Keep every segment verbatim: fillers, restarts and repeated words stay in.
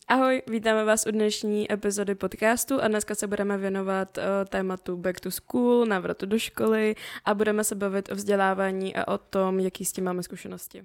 Ahoj, vítáme vás u dnešní epizody podcastu a dneska se budeme věnovat uh, tématu Back to School, návratu do školy a budeme se bavit o vzdělávání a o tom, jaký s tím máme zkušenosti.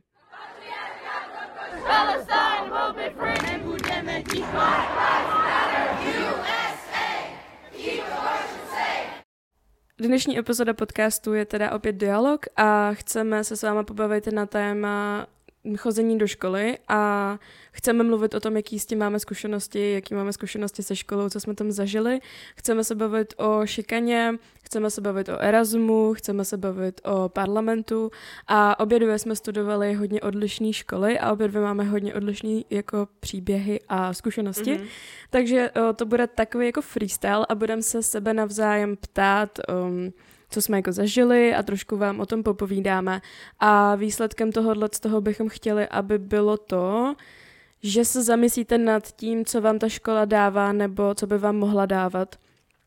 Dnešní epizoda podcastu je teda opět dialog a chceme se s váma pobavit na téma chození do školy a chceme mluvit o tom, jaký s tím máme zkušenosti, jaký máme zkušenosti se školou, co jsme tam zažili. Chceme se bavit o šikaně, chceme se bavit o Erasmu, chceme se bavit o parlamentu a obě dvě jsme studovali hodně odlišné školy a obě dvě máme hodně odlišné jako příběhy a zkušenosti. Mm-hmm. Takže o, to bude takový jako freestyle a budeme se sebe navzájem ptát, um, co jsme jako zažili a trošku vám o tom popovídáme. A výsledkem tohohle z toho bychom chtěli, aby bylo to, že se zamyslíte nad tím, co vám ta škola dává nebo co by vám mohla dávat.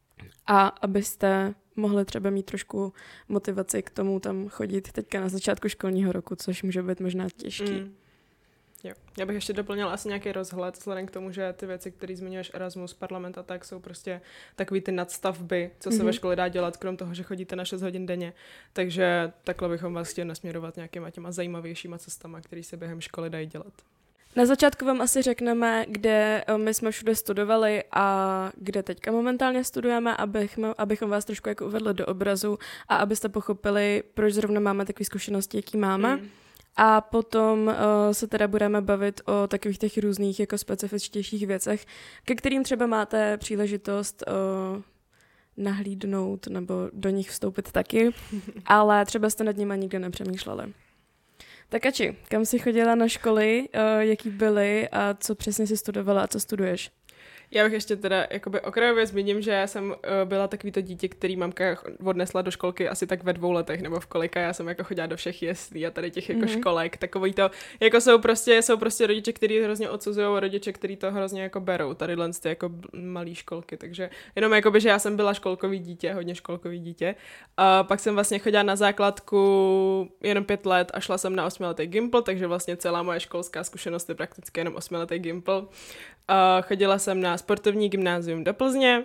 A abyste mohli třeba mít trošku motivaci k tomu tam chodit teďka na začátku školního roku, což může být možná těžký. Mm. Jo. Já bych ještě doplnila asi nějaký rozhled, vzhledem k tomu, že ty věci, které zmiňuješ, Erasmus, parlament a tak, jsou prostě takový ty nadstavby, co se mm-hmm. ve škole dá dělat, krom toho, že chodíte na šest hodin denně. Takže takhle bychom vás chtěli nasměrovat nějakýma těma zajímavějšíma cestama, které se během školy dají dělat. Na začátku vám asi řekneme, kde my jsme všude studovali a kde teďka momentálně studujeme, abychom, abychom vás trošku jako uvedli do obrazu a abyste pochopili, proč zrovna máme takové zkušenosti, jaký máme. Mm. A potom uh, se teda budeme bavit o takových těch různých jako specifičtějších věcech, ke kterým třeba máte příležitost uh, nahlídnout nebo do nich vstoupit taky, ale třeba jste nad nimi nikdy nepřemýšleli. Tak Ači, kam jsi chodila na školy, uh, jaký byly a co přesně jsi studovala a co studuješ? Já bych ještě teda jakoby okrajově zmíním, že já jsem uh, byla takový to dítě, který mamka odnesla do školky asi tak ve dvou letech nebo v kolika. Já jsem jako chodila do všech jeslí a tady těch jako mm-hmm. školek. Takový to, jako jsou prostě, jsou prostě rodiče, kteří hrozně odsuzují a rodiče, kteří to hrozně jako berou. Tadyhle ty jako malý školky. Takže jenom jakoby, že já jsem byla školkový dítě, hodně školkový dítě. A pak jsem vlastně chodila na základku jenom pět let a šla jsem na osmiletý Gimpl, takže vlastně celá moje školská zkušenost je prakticky jenom osmiletý Gimpl. A chodila jsem na sportovní gymnázium do Plzně.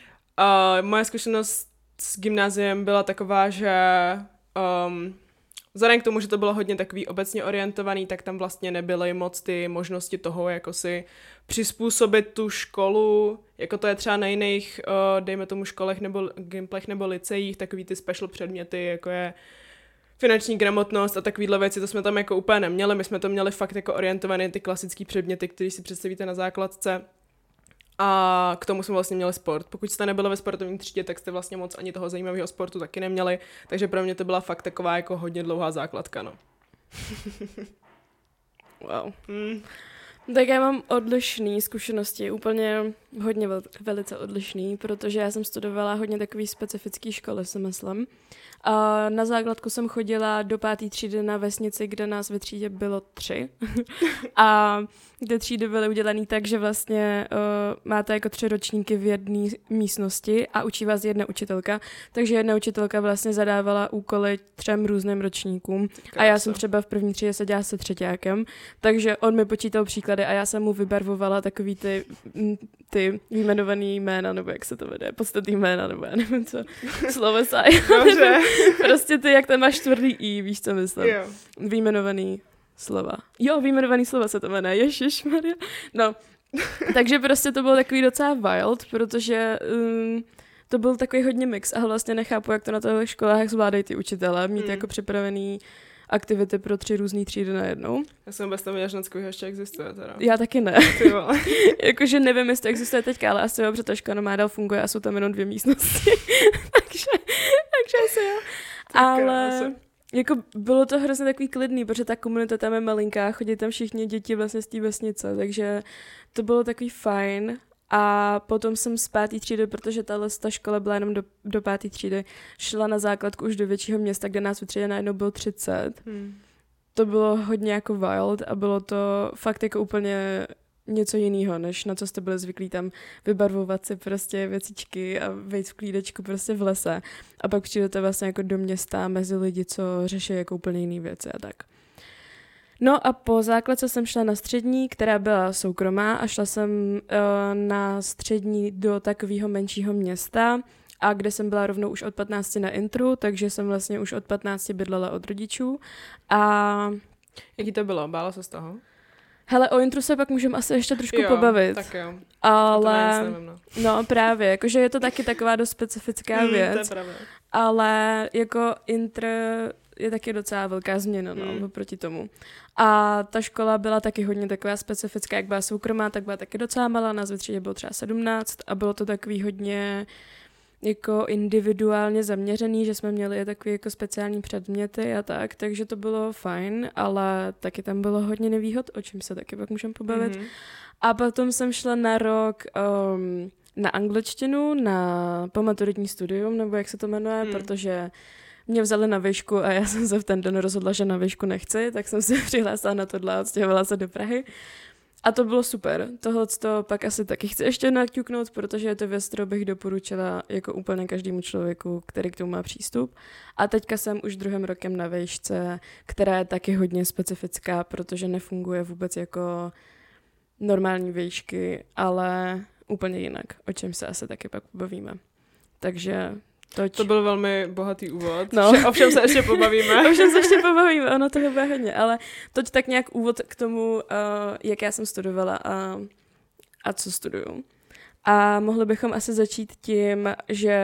Uh, moje zkušenost s gymnáziem byla taková, že um, vzhledem k tomu, že to bylo hodně takový obecně orientovaný, tak tam vlastně nebyly moc ty možnosti toho, jako si přizpůsobit tu školu, jako to je třeba na jiných, uh, dejme tomu školech nebo gimplech nebo licejích, takový ty special předměty, jako je finanční gramotnost a takovýhle věci, to jsme tam jako úplně neměli, my jsme to měli fakt jako orientované ty klasické předměty, které si představíte na základce. A k tomu jsme vlastně měli sport. Pokud jste nebyli ve sportovní třídě, tak jste vlastně moc ani toho zajímavého sportu taky neměli, takže pro mě to byla fakt taková jako hodně dlouhá základka, no. Wow. Mm. Tak já mám odlišné zkušenosti, úplně hodně vel, velice odlišný, protože já jsem studovala hodně takový specifický školy, si myslím. A na základku jsem chodila do páté třídy na vesnici, kde nás ve třídě bylo tři. A ty třídy byly udělané tak, že vlastně uh, máte jako tři ročníky v jedné místnosti a učí vás jedna učitelka. Takže jedna učitelka vlastně zadávala úkoly třem různým ročníkům. A já jsem třeba v první třídě seděla se třeťákem, takže on mi počítal příklady a já jsem mu vybarvovala takový ty, ty výjmenovaný jména, nebo jak se to vede, podstatný jména, nebo já nevím co, slovesa. Dobře. Prostě ty, jak tam máš čtvrtý i, víš, co myslím. Jo. Výjmenovaný slova. Jo, výjmenovaný slova se to jmenuje, ježišmarja. No, takže prostě to bylo takový docela wild, protože um, to byl takový hodně mix a vlastně nechápu, jak to na těch školách zvládají ty učitelé, mít mm. jako připravený aktivity pro tři různý třídy najednou. Já jsem bez toho věděla, že něco ještě existuje teda. Já taky ne. Jakože nevím, jestli to existuje teďka, ale asi jo, protože ta škola dál funguje a jsou tam jenom dvě místnosti. takže, takže asi jo. Ale jako bylo to hrozně takový klidný, protože ta komunita tam je malinká, chodí tam všichni děti vlastně z té vesnice, takže to bylo takový fajn. A potom jsem z páté třídy, protože tahle ta škola byla jenom do, do páté třídy, šla na základku už do většího města, kde nás ve třídě najednou bylo třicet. Hmm. To bylo hodně jako wild a bylo to fakt jako úplně něco jiného, než na co jste byli zvyklí tam vybarvovat si prostě věcičky a vejít v klídečku prostě v lese. A pak přijdete vlastně jako do města mezi lidi, co řeší jako úplně jiné věci a tak. No a po základce jsem šla na střední, která byla soukromá a šla jsem uh, na střední do takového menšího města, a kde jsem byla rovnou už od patnácti na intru, takže jsem vlastně už od patnácti bydlela od rodičů. A jaký to bylo? Bála se z toho? Hele, o intru se pak můžeme asi ještě trošku jo, pobavit. Tak jo. Ale nevím, no. no právě, jakože je to taky taková dost specifická věc. Mm, to je pravda. Ale jako intr je taky docela velká změna, no, mm. oproti tomu. A ta škola byla taky hodně taková specifická, jak byla soukromá, tak byla taky docela malá, nás ve třídě bylo třeba sedmnáct a bylo to takový hodně jako individuálně zaměřený, že jsme měli takový jako speciální předměty a tak, takže to bylo fajn, ale taky tam bylo hodně nevýhod, o čem se taky pak můžeme pobavit. Mm-hmm. A potom jsem šla na rok um, na angličtinu, na pomaturitní studium, nebo jak se to jmenuje, mm. protože mě vzali na výšku a já jsem se v ten den rozhodla, že na výšku nechci, tak jsem se přihlásila na tohle a odstěhovala se do Prahy. A to bylo super. Tohle to pak asi taky chci ještě naťuknout, protože je to věc, kterou bych doporučila jako úplně každému člověku, který k tomu má přístup. A teďka jsem už druhým rokem na výšce, která je taky hodně specifická, protože nefunguje vůbec jako normální výšky, ale úplně jinak, o čem se asi taky pak pobavíme. Takže toť. To byl velmi bohatý úvod. No. Vše, ovšem se ještě pobavíme. Ovšem se ještě pobavíme, ono toho bude hodně, ale toť tak nějak úvod k tomu, uh, jak já jsem studovala a, a co studuju. A mohli bychom asi začít tím, že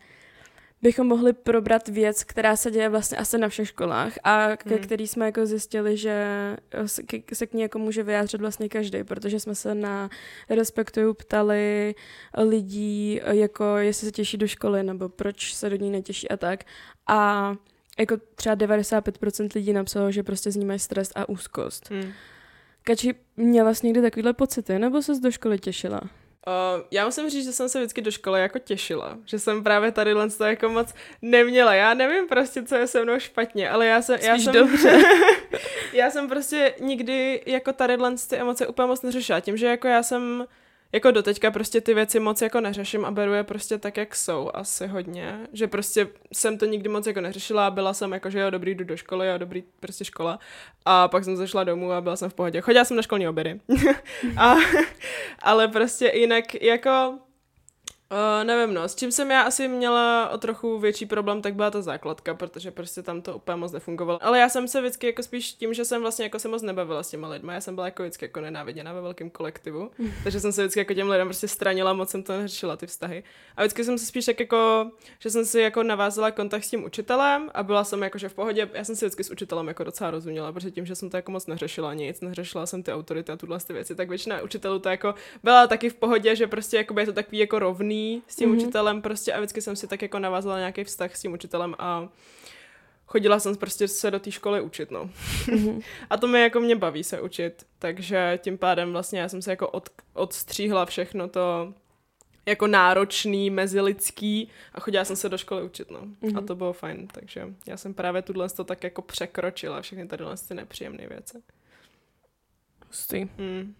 bychom mohli probrat věc, která se děje vlastně asi na všech školách a ke hmm. který jsme jako zjistili, že se, se k ní jako může vyjádřit vlastně každý, protože jsme se na Respektuju ptali lidí, jako jestli se těší do školy nebo proč se do ní netěší a tak. A jako třeba devadesát pět procent lidí napsalo, že prostě z ní mají stres a úzkost. Hmm. Kači, měla jsi někdy takovýhle pocity, nebo ses do školy těšila? Uh, já musím říct, že jsem se vždycky do školy jako těšila, že jsem právě tady to jako moc neměla. Já nevím prostě, co je se mnou špatně, ale já jsem... Já jsem dobře. Já jsem prostě nikdy jako tady ty emoce úplně moc neřešila. Tím, že jako já jsem jako doteďka prostě ty věci moc jako neřeším a beru je prostě tak, jak jsou asi hodně. Že prostě jsem to nikdy moc jako neřešila a byla jsem jako, že jo, dobrý, jdu do školy, jo, dobrý prostě škola. A pak jsem zašla domů a byla jsem v pohodě. Chodila jsem na školní obědy. a, ale prostě jinak jako... Uh, nevím, no, s čím jsem já asi měla o trochu větší problém, tak byla ta základka, protože prostě tam to úplně moc nefungovalo. Ale já jsem se vždycky jako spíš tím, že jsem vlastně jako se moc nebavila s těma lidma, já jsem byla jako vždycky jako nenáviděna ve velkém kolektivu, mm. takže jsem se vždycky jako těm lidem prostě stranila, moc jsem to neřešila, ty vztahy. A vždycky jsem se spíš tak jako, že jsem si jako navázala kontakt s tím učitelem a byla jsem jako, že v pohodě, já jsem si vždycky s učitelem jako docela rozuměla, protože tím, že jsem to jako moc neřešila nic, neřešila jsem ty autority a tuhle ty věci, tak většina učitelů to jako byla taky v pohodě, že prostě jako je to takový jako rovný s tím mm-hmm. učitelem prostě a vždycky jsem si tak jako navázala nějaký vztah s tím učitelem a chodila jsem prostě se do té školy učit, no. Mm-hmm. A to mě jako mě baví se učit, takže tím pádem vlastně já jsem se jako od, odstříhla všechno to jako náročný, mezilidský a chodila jsem se do školy učit, no. Mm-hmm. A to bylo fajn, takže já jsem právě tuhle to tak jako překročila, všechny tady ty nepříjemné věci. Hustý. Mm.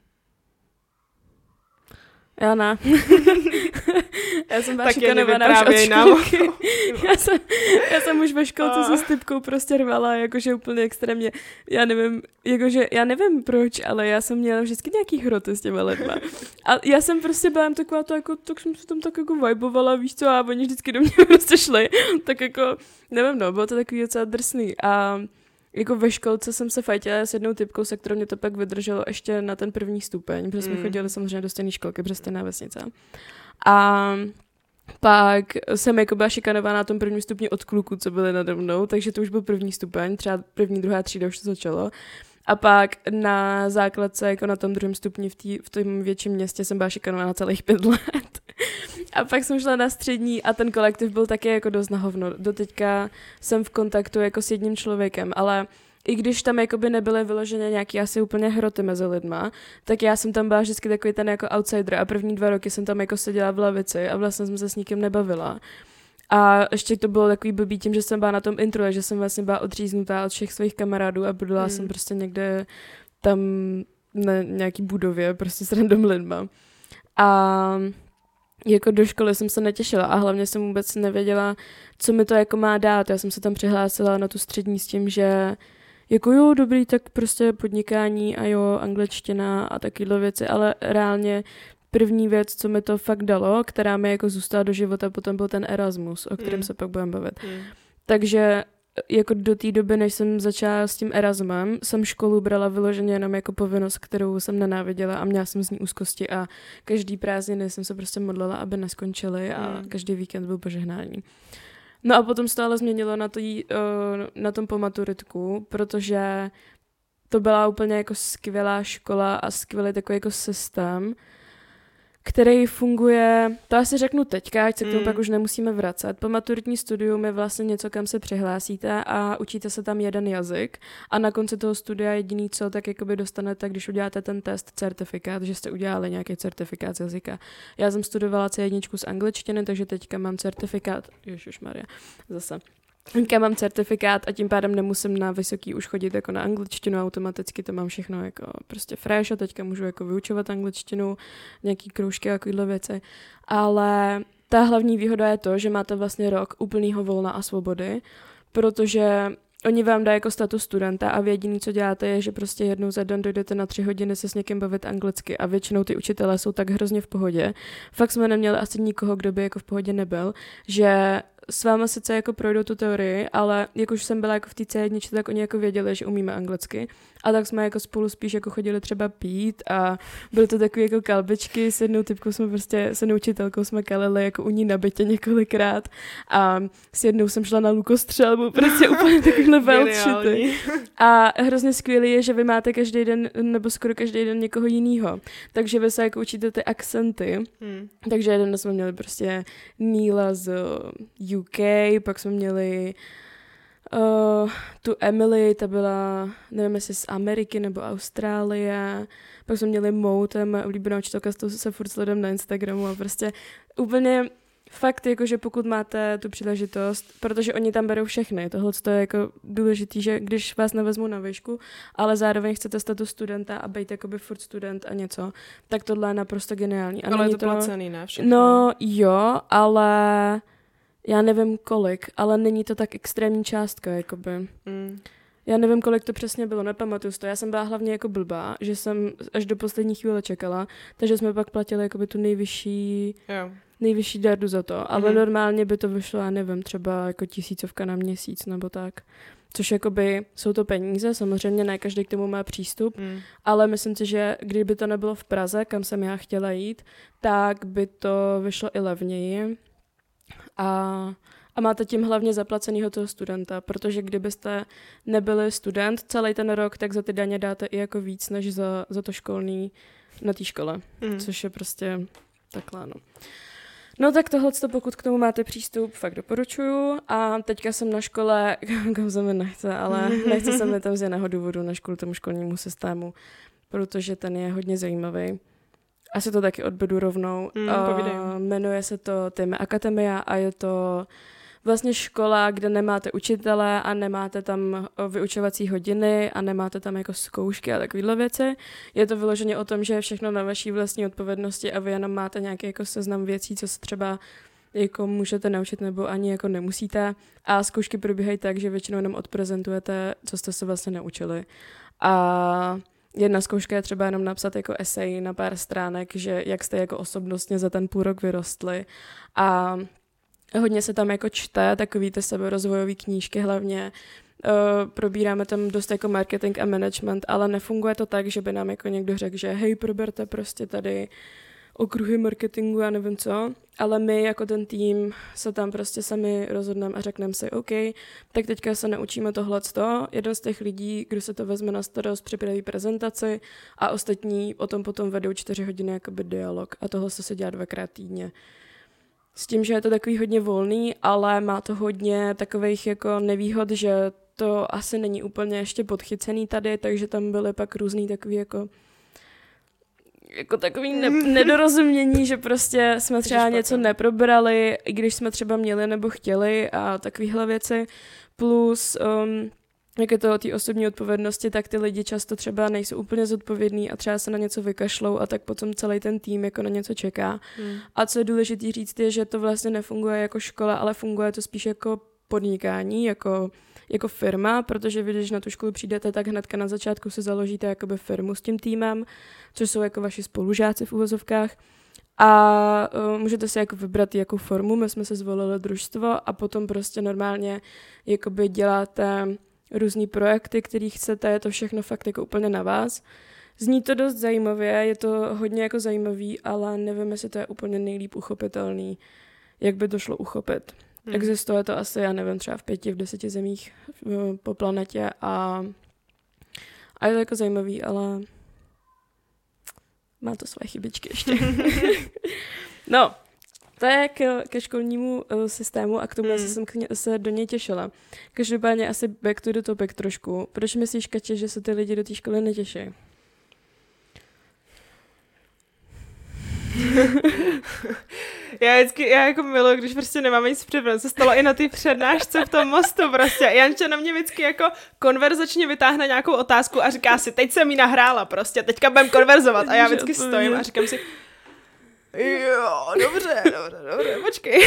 Já ne. Já jsem byla tak šikanovaná už od školky. já, jsem, já jsem už ve školce se s typkou prostě rvala, jakože úplně extrémně. Já nevím, jakože, já nevím proč, ale já jsem měla vždycky nějaký hroty s těma lidma. A já jsem prostě byla taková to jako, tak jsem se tam tak jako vibovala, víš co, a oni vždycky do mě prostě šli. Tak jako, nevím, no, bylo to takový docela drsný. A jako ve školce jsem se fajtila s jednou typkou, se kterou mě to pak vydrželo ještě na ten první stupeň, protože jsme mm. chodili samozřejmě do stejné školky, protože stejná vesnice. A pak jsem jako byla šikanovaná na tom prvním stupni od kluků, co byli nade mnou, takže to už byl první stupeň, třeba první, druhá třída už to začalo. A pak na základce, jako na tom druhém stupni v, tý, v tom větším městě jsem byla šikanovaná celých pět let. A pak jsem šla na střední a ten kolektiv byl taky jako dost na hovno. Doteďka jsem v kontaktu jako s jedním člověkem, ale i když tam jakoby nebyly vyloženě nějaký asi úplně hroty mezi lidma, tak já jsem tam byla vždycky takový ten jako outsider a první dva roky jsem tam jako seděla v lavici a vlastně jsem se s nikým nebavila. A ještě to bylo takový blbý tím, že jsem byla na tom intro, že jsem vlastně byla odříznutá od všech svých kamarádů a bydlela hmm. jsem prostě někde tam na nějaký budově, prostě s random lidma. A jako do školy jsem se netěšila a hlavně jsem vůbec nevěděla, co mi to jako má dát. Já jsem se tam přihlásila na tu střední s tím, že jako jo, dobrý, tak prostě podnikání a jo, angličtina a takovéhle věci, ale reálně první věc, co mi to fakt dalo, která mi jako zůstala do života, potom byl ten Erasmus, o kterém mm. se pak budeme bavit. Mm. Takže jako do té doby, než jsem začala s tím Erasmem, jsem školu brala vyloženě jenom jako povinnost, kterou jsem nenáviděla a měla jsem z ní úzkosti a každý prázdniny jsem se prostě modlila, aby neskončily a mm. každý víkend byl požehnání. No a potom se to ale změnilo na, tý, na tom po maturitku, protože to byla úplně jako skvělá škola a skvělý takový jako systém, který funguje, to asi řeknu teďka, ať se k tomu mm. pak už nemusíme vracet. Po maturitní studium je vlastně něco, kam se přihlásíte a učíte se tam jeden jazyk a na konci toho studia jediný co, tak jakoby dostanete, když uděláte ten test, certifikát, že jste udělali nějaký certifikát z jazyka. Já jsem studovala cé jedna z angličtiny, takže teďka mám certifikát, ježišmarja, zase. Já mám certifikát a tím pádem nemusím na vysoký už chodit jako na angličtinu, automaticky to mám všechno jako prostě fresh a teďka můžu jako vyučovat angličtinu, nějaký kroužky a takovýhle věci. Ale ta hlavní výhoda je to, že máte vlastně rok úplnýho volna a svobody, protože oni vám dají jako status studenta a vy jediný, co děláte, je, že prostě jednou za den dojdete na tři hodiny se s někým bavit anglicky a většinou ty učitelé jsou tak hrozně v pohodě. Fakt jsme neměli asi nikoho, kdo by jako v pohodě nebyl, že s váma sice jako projdou tu teorii, ale jak už jsem byla jako v té cé jedna, tak oni jako věděli, že umíme anglicky. A tak jsme jako spolu spíš jako chodili třeba pít a byly to takové jako kalbičky. S jednou typkou jsme prostě, s jednou učitelkou jsme kalili jako u ní na bytě několikrát a s jednou jsem šla na lukostřelbu, prostě úplně takovýhle velčity. A hrozně skvělý je, že vy máte každý den, nebo skoro každý den někoho jinýho. Takže vy se jako učíte ty akcenty. Hmm. Takže jeden jsme měli prostě Neila z U K, pak jsme měli Uh, tu Emily, ta byla, nevím jestli z Ameriky nebo Austrálie, pak jsme měli Mou, to je moje oblíbená učitelka, s tou se furt sledujeme na Instagramu a prostě úplně fakt, jako, že pokud máte tu příležitost, protože oni tam berou všechny, tohle je jako důležitý, že když vás nevezmou na výšku, ale zároveň chcete status studenta a být jakoby furt student a něco, tak tohle je naprosto geniální. A ale je to, to placený, ne? Všechno. No jo, ale já nevím kolik, ale není to tak extrémní částka, jakoby. Mm. Já nevím, kolik to přesně bylo, nepamatuju to. Já jsem byla hlavně jako blbá, že jsem až do poslední chvíle čekala, takže jsme pak platili jakoby tu nejvyšší, yeah. nejvyšší dardu za to. Ale mm. normálně by to vyšlo, já nevím, třeba jako tisícovka na měsíc nebo tak. Což jakoby jsou to peníze, samozřejmě ne každý k tomu má přístup, mm. ale myslím si, že kdyby to nebylo v Praze, kam jsem já chtěla jít, tak by to vyšlo i levněji. A, a máte tím hlavně zaplacenýho toho studenta, protože kdybyste nebyli student celý ten rok, tak za ty daně dáte i jako víc, než za, za to školní na té škole, mm. což je prostě takhle, no. No tak tohle, pokud k tomu máte přístup, fakt doporučuju. A teďka jsem na škole, kam se mi nechce, ale nechce se mi tam z jiného důvodu než kvůli tomu školnímu systému, protože ten je hodně zajímavý. Asi to taky odbudu rovnou. Mm, uh, jmenuje se to Time Akademia a je to vlastně škola, kde nemáte učitele a nemáte tam vyučovací hodiny a nemáte tam jako zkoušky a takovéhle věci. Je to vyloženě o tom, že je všechno na vaší vlastní odpovědnosti a vy jenom máte nějaký jako seznam věcí, co se třeba jako můžete naučit nebo ani jako nemusíte. A zkoušky probíhají tak, že většinou jenom odprezentujete, co jste se vlastně naučili. A jedna zkouška je třeba jenom napsat jako esej na pár stránek, že jak jste jako osobnostně za ten půl rok vyrostli. A hodně se tam jako čte, takový ty seberozvojové knížky hlavně. Uh, probíráme tam dost jako marketing a management, ale nefunguje to tak, že by nám jako někdo řekl, že hej, proberte prostě tady okruhy marketingu, já nevím co, ale my jako ten tým se tam prostě sami rozhodneme a řekneme si, OK, tak teďka se naučíme tohleto. Jeden z těch lidí, kdo se to vezme na starost, připraví prezentaci a ostatní o tom potom vedou čtyři hodiny jakoby dialog a tohle se dělá dvakrát týdně. S tím, že je to takový hodně volný, ale má to hodně takových jako nevýhod, že to asi není úplně ještě podchycený tady, takže tam byly pak různý takový jako jako takový ne- nedorozumění, že prostě jsme třeba něco neprobrali, i když jsme třeba měli nebo chtěli a takovýhle věci. Plus, um, jak je to o té osobní odpovědnosti, tak ty lidi často třeba nejsou úplně zodpovědní a třeba se na něco vykašlou a tak potom celý ten tým jako na něco čeká. Hmm. A co je důležité říct je, že to vlastně nefunguje jako škola, ale funguje to spíš jako podnikání, jako jako firma, protože vy, když na tu školu přijdete, tak hnedka na začátku si založíte jakoby firmu s tím týmem, což jsou jako vaši spolužáci v uvozovkách. A uh, můžete si jako vybrat jakou formu, my jsme se zvolili družstvo a potom prostě normálně jakoby děláte různý projekty, který chcete, je to všechno fakt jako úplně na vás. Zní to dost zajímavě, je to hodně jako zajímavý, ale nevím, jestli to je úplně nejlíp uchopitelný, jak by to šlo uchopit. Hmm. Existuje to asi, já nevím, třeba v pěti, v deseti zemích po planetě a, a je to jako zajímavý, ale má to své chybičky ještě. No, to je ke, ke školnímu uh, systému a k tomu hmm. jsem k ně, se do něj těšila. Každopádně asi back to the topic trošku. Proč myslíš, Katě, že se ty lidi do té školy netěší? já vždycky, já jako miluji, když prostě nemáme nic připravené. Se stalo i na té přednášce v tom mostu prostě. Janča na mě vždycky jako konverzačně vytáhne nějakou otázku a říká si, teď jsem jí nahrála prostě, teďka budem konverzovat. A já vždycky stojím a říkám si, jo, dobře, dobře, dobře, počkej.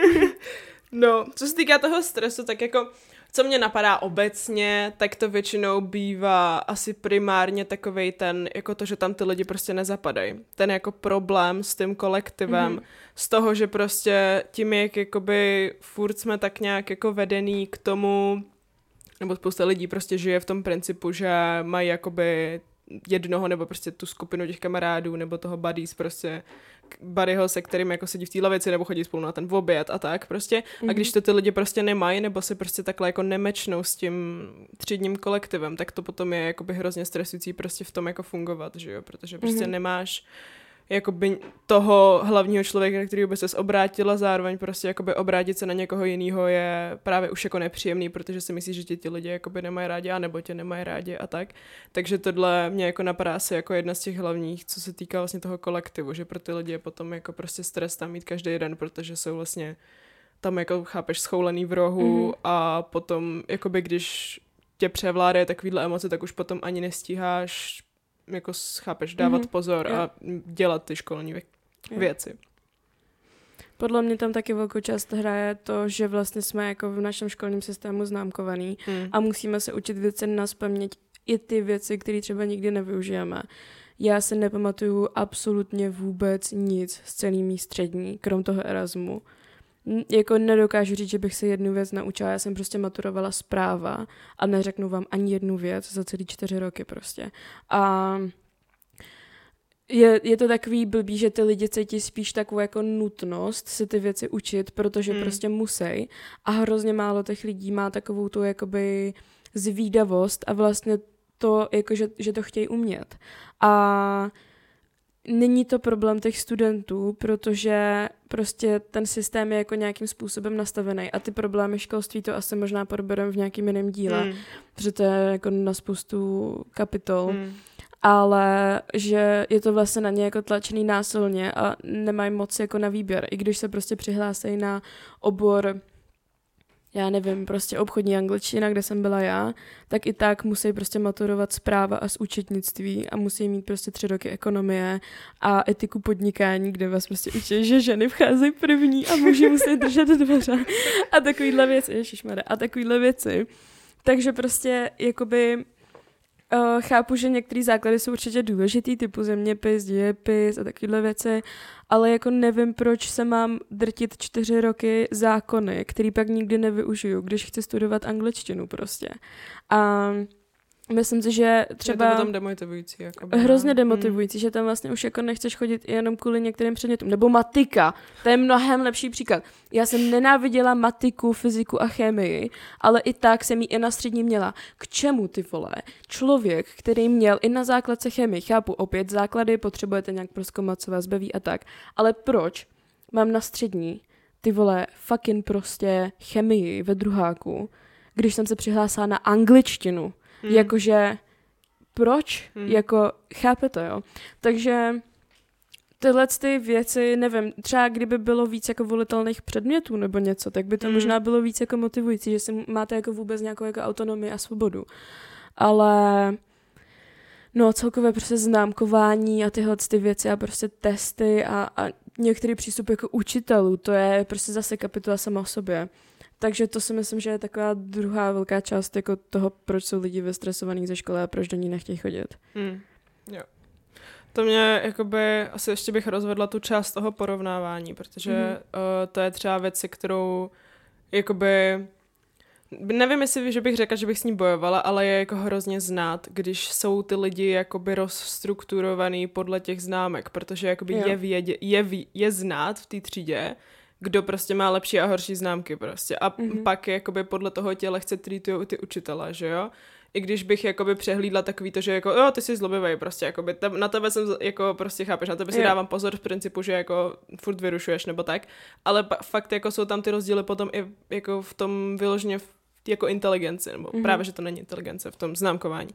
No, co se týká toho stresu, tak jako co mě napadá obecně, tak to většinou bývá asi primárně takovej ten, jako to, že tam ty lidi prostě nezapadají. Ten jako problém s tím kolektivem, mm-hmm. z toho, že prostě tím, jak jakoby furt jsme tak nějak jako vedený k tomu, nebo spousta lidí prostě žije v tom principu, že mají jakoby jednoho nebo prostě tu skupinu těch kamarádů nebo toho buddies prostě buddyho, se kterým jako sedí v té lavici nebo chodí spolu na ten oběd a tak prostě. Mm-hmm. A když to ty lidi prostě nemají nebo se prostě takhle jako nemečnou s tím třídním kolektivem, tak to potom je jakoby hrozně stresující prostě v tom jako fungovat, že jo, protože prostě mm-hmm. nemáš jakoby toho hlavního člověka, který by ses obrátila, zároveň prostě jakoby obrátit se na někoho jiného je právě už jako nepříjemný, protože si myslíš, že tě ti lidi jakoby nemají rádi, anebo tě nemají rádi a tak. Takže tohle mě jako napadá se jako jedna z těch hlavních, co se týká vlastně toho kolektivu, že pro ty lidi je potom jako prostě stres tam mít každý den, protože jsou vlastně tam jako chápeš schoulený v rohu mm-hmm. a potom jakoby když tě převládají takovýhle emoce, tak už potom ani nestíháš jako chápeš, dávat mm-hmm. pozor yeah. a dělat ty školní věci. Yeah. Podle mě tam taky velkou část hraje to, že vlastně jsme jako v našem školním systému známkovaný mm. a musíme se učit věci nazpaměť i ty věci, které třeba nikdy nevyužijeme. Já si nepamatuju absolutně vůbec nic z celý mý střední, krom toho Erasmu. Jako nedokážu říct, že bych se jednu věc naučila, já jsem prostě maturovala z práva a neřeknu vám ani jednu věc za celý čtyři roky prostě. A je, je to takový blbý, že ty lidi cítí spíš takovou jako nutnost si ty věci učit, protože hmm. prostě musí a hrozně málo těch lidí má takovou tu jakoby zvídavost a vlastně to, jako že, že to chtějí umět. A není to problém těch studentů, protože prostě ten systém je jako nějakým způsobem nastavený a ty problémy školství to asi možná probereme v nějakým jiném díle, mm. protože to je jako na spoustu kapitol, mm. ale že je to vlastně na ně jako tlačený násilně a nemají moc jako na výběr, i když se prostě přihlásí na obor, já nevím, prostě obchodní angličtina, kde jsem byla já, tak i tak musí prostě maturovat z práva a z účetnictví a musí mít prostě tři roky ekonomie a etiku podnikání, kde vás prostě učí, že ženy vcházejí první a muži musí držet dveře a takovýhle věci, ježišmarja, a takovýhle věci. Takže prostě jakoby Uh, chápu, že některé základy jsou určitě důležitý, typu zeměpis, dějepis a takovéhle věci, ale jako nevím, proč se mám drtit čtyři roky zákony, který pak nikdy nevyužiju, když chci studovat angličtinu prostě. A myslím si, že třeba... Je to potom demotivující. Jakoby, hrozně demotivující, hmm. že tam vlastně už jako nechceš chodit jenom kvůli některým předmětům. Nebo matika, to je mnohem lepší příklad. Já jsem nenáviděla matiku, fyziku a chemii, ale i tak jsem ji i na střední měla. K čemu, ty vole? Člověk, který měl i na základce chemii, chápu, opět základy, potřebujete nějak prozkoumat, co vás baví a tak. Ale proč mám na střední, ty vole, fucking prostě chemii ve druháku, když jsem se přihlásila na angličtinu? Hmm. Jakože, proč? Hmm. Jako, chápe to, jo? Takže tyhle ty věci, nevím, třeba kdyby bylo víc jako volitelných předmětů nebo něco, tak by to hmm. možná bylo víc jako motivující, že si máte jako vůbec nějakou jako autonomii a svobodu. Ale no celkově prostě známkování a tyhle ty věci a prostě testy a, a některý přístup jako učitelů, to je prostě zase kapitola sama o sobě. takže to si myslím, že je taková druhá velká část jako toho, proč jsou lidi vystresovaní ze školy a proč do ní nechtějí chodit. Hmm. Jo. To mě, jakoby, asi ještě bych rozvedla tu část toho porovnávání, protože mm-hmm. uh, to je třeba věc, se kterou, jakoby, nevím, jestli, že bych řekla, že bych s ní bojovala, ale je jako hrozně znát, když jsou ty lidi jakoby rozstrukturovaný podle těch známek, protože jakoby je, vědě, je, je znát v té třídě, kdo prostě má lepší a horší známky prostě. A mm-hmm. pak jakoby podle toho tě lehce treatujou ty učitele, že jo? I když bych jakoby přehlídla takový to, že jako, jo, ty jsi zlobivej, prostě, jakoby, te, na tebe jsem, jako, prostě chápeš, na tebe si dávám pozor v principu, že jako furt vyrušuješ, nebo tak, ale pa, fakt jako jsou tam ty rozdíly potom i jako v tom vyloženě v, jako inteligenci, nebo mm-hmm. právě, že to není inteligence, v tom známkování.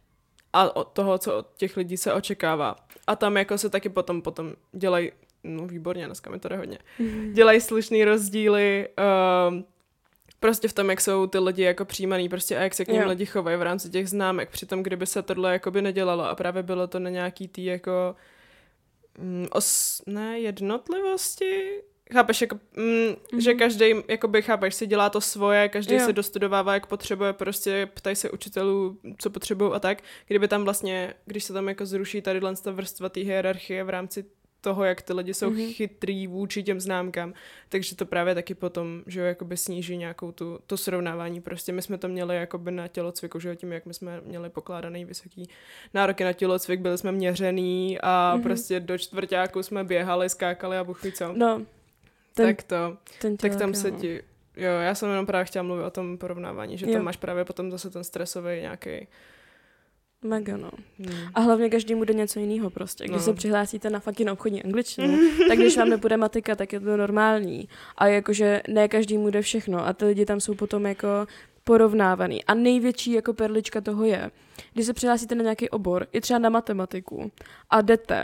A od toho, co od těch lidí se očekává. A tam jako se taky potom, potom dělají, no výborně, dneska mi to jde hodně, mm-hmm. dělají slušný rozdíly, um, prostě v tom, jak jsou ty lidi jako přijímaný prostě a jak se k ním lidi chovají v rámci těch známek. Přitom, kdyby se tohle jakoby nedělalo a právě bylo to na nějaký tý jako mm, os, ne, jednotlivosti? Chápeš, jako, mm, mm-hmm. že každý, jakoby, chápeš, si dělá to svoje, každý jo. se dostudovává, jak potřebuje, prostě ptají se učitelů, co potřebují a tak. Kdyby tam vlastně, když se tam jako zruší tady ta vrstva té hierarchie v rámci toho, jak ty lidi jsou mm-hmm. chytrý vůči těm známkám, takže to právě taky potom, že jo, jakoby sníží nějakou tu, to srovnávání. Prostě my jsme to měli jakoby na tělocviku, že jo, tím, jak my jsme měli pokládaný vysoký nároky na tělocvik, byli jsme měřený a mm-hmm. prostě do čtvrťáku jsme běhali, skákali a buchví co. No. Ten, tak to, ten tak tam se ti, jo, já jsem jenom právě chtěla mluvit o tom porovnávání, že jo. tam máš právě potom zase ten stresový nějaký. Mega, no. Hmm. A hlavně každému jde něco jiného prostě. Když no. se přihlásíte na fucking obchodní angličtinu, tak když vám nepůjde matika, tak je to normální. A jakože ne každému jde všechno a ty lidi tam jsou potom jako porovnávaný. A největší jako perlička toho je, když se přihlásíte na nějaký obor, i třeba na matematiku a jdete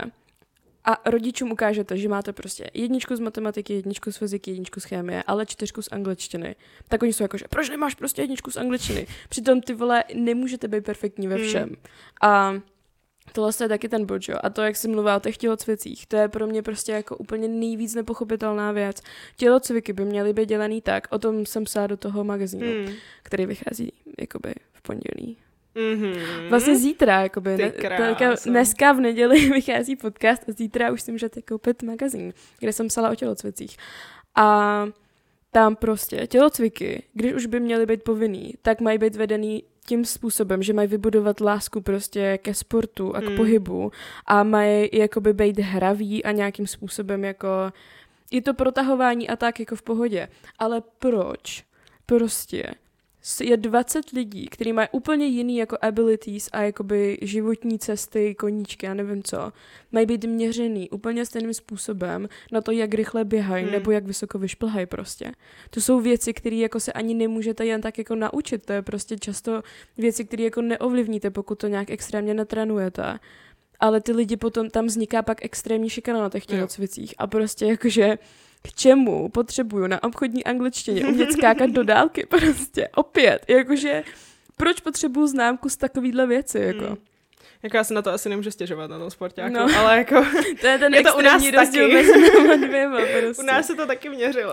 a rodičům ukážete, že máte prostě jedničku z matematiky, jedničku z fyziky, jedničku z chemie, ale čtyřku z angličtiny. Tak oni jsou jako, že proč nemáš prostě jedničku z angličtiny? Přitom ty vole, nemůžete být perfektní ve všem. Hmm. A tohle je taky ten bod, jo. A to, jak jsi mluvila o těch tělocvicích, to je pro mě prostě jako úplně nejvíc nepochopitelná věc. Tělocviky by měly být dělaný tak, o tom jsem psala do toho magazínu, hmm. který vychází jakoby v pondělí. Mm-hmm. Vlastně zítra, jakoby, ne, telka, dneska v neděli vychází podcast a zítra už si můžete koupit magazín, kde jsem psala o tělocvicích. A tam prostě tělocviky, když už by měly být povinný, tak mají být vedený tím způsobem, že mají vybudovat lásku prostě ke sportu a k mm. pohybu a mají jakoby být hraví a nějakým způsobem jako je to protahování a tak jako v pohodě. Ale proč prostě je dvacet lidí, kteří mají úplně jiný jako abilities a jakoby životní cesty, koníčky, já nevím co, mají být měřený úplně stejným způsobem na to, jak rychle běhají hmm. nebo jak vysoko vyšplhají prostě. To jsou věci, které jako se ani nemůžete jen tak jako naučit, to je prostě často věci, které jako neovlivníte, pokud to nějak extrémně netrénujete. Ale ty lidi potom, tam vzniká pak extrémní šikana na těch tělocvicích a prostě jakože k čemu potřebuju na obchodní angličtině umět skákat do dálky prostě, opět, jakože proč potřebuju známku z takovýhle věci, jako. Hmm. Jako já se na to asi nemůžu stěžovat na tom sportáku, no. ale jako to je ten je to u nás rozdíl taky. Mezi dvěma, prostě. U nás se to taky měřilo.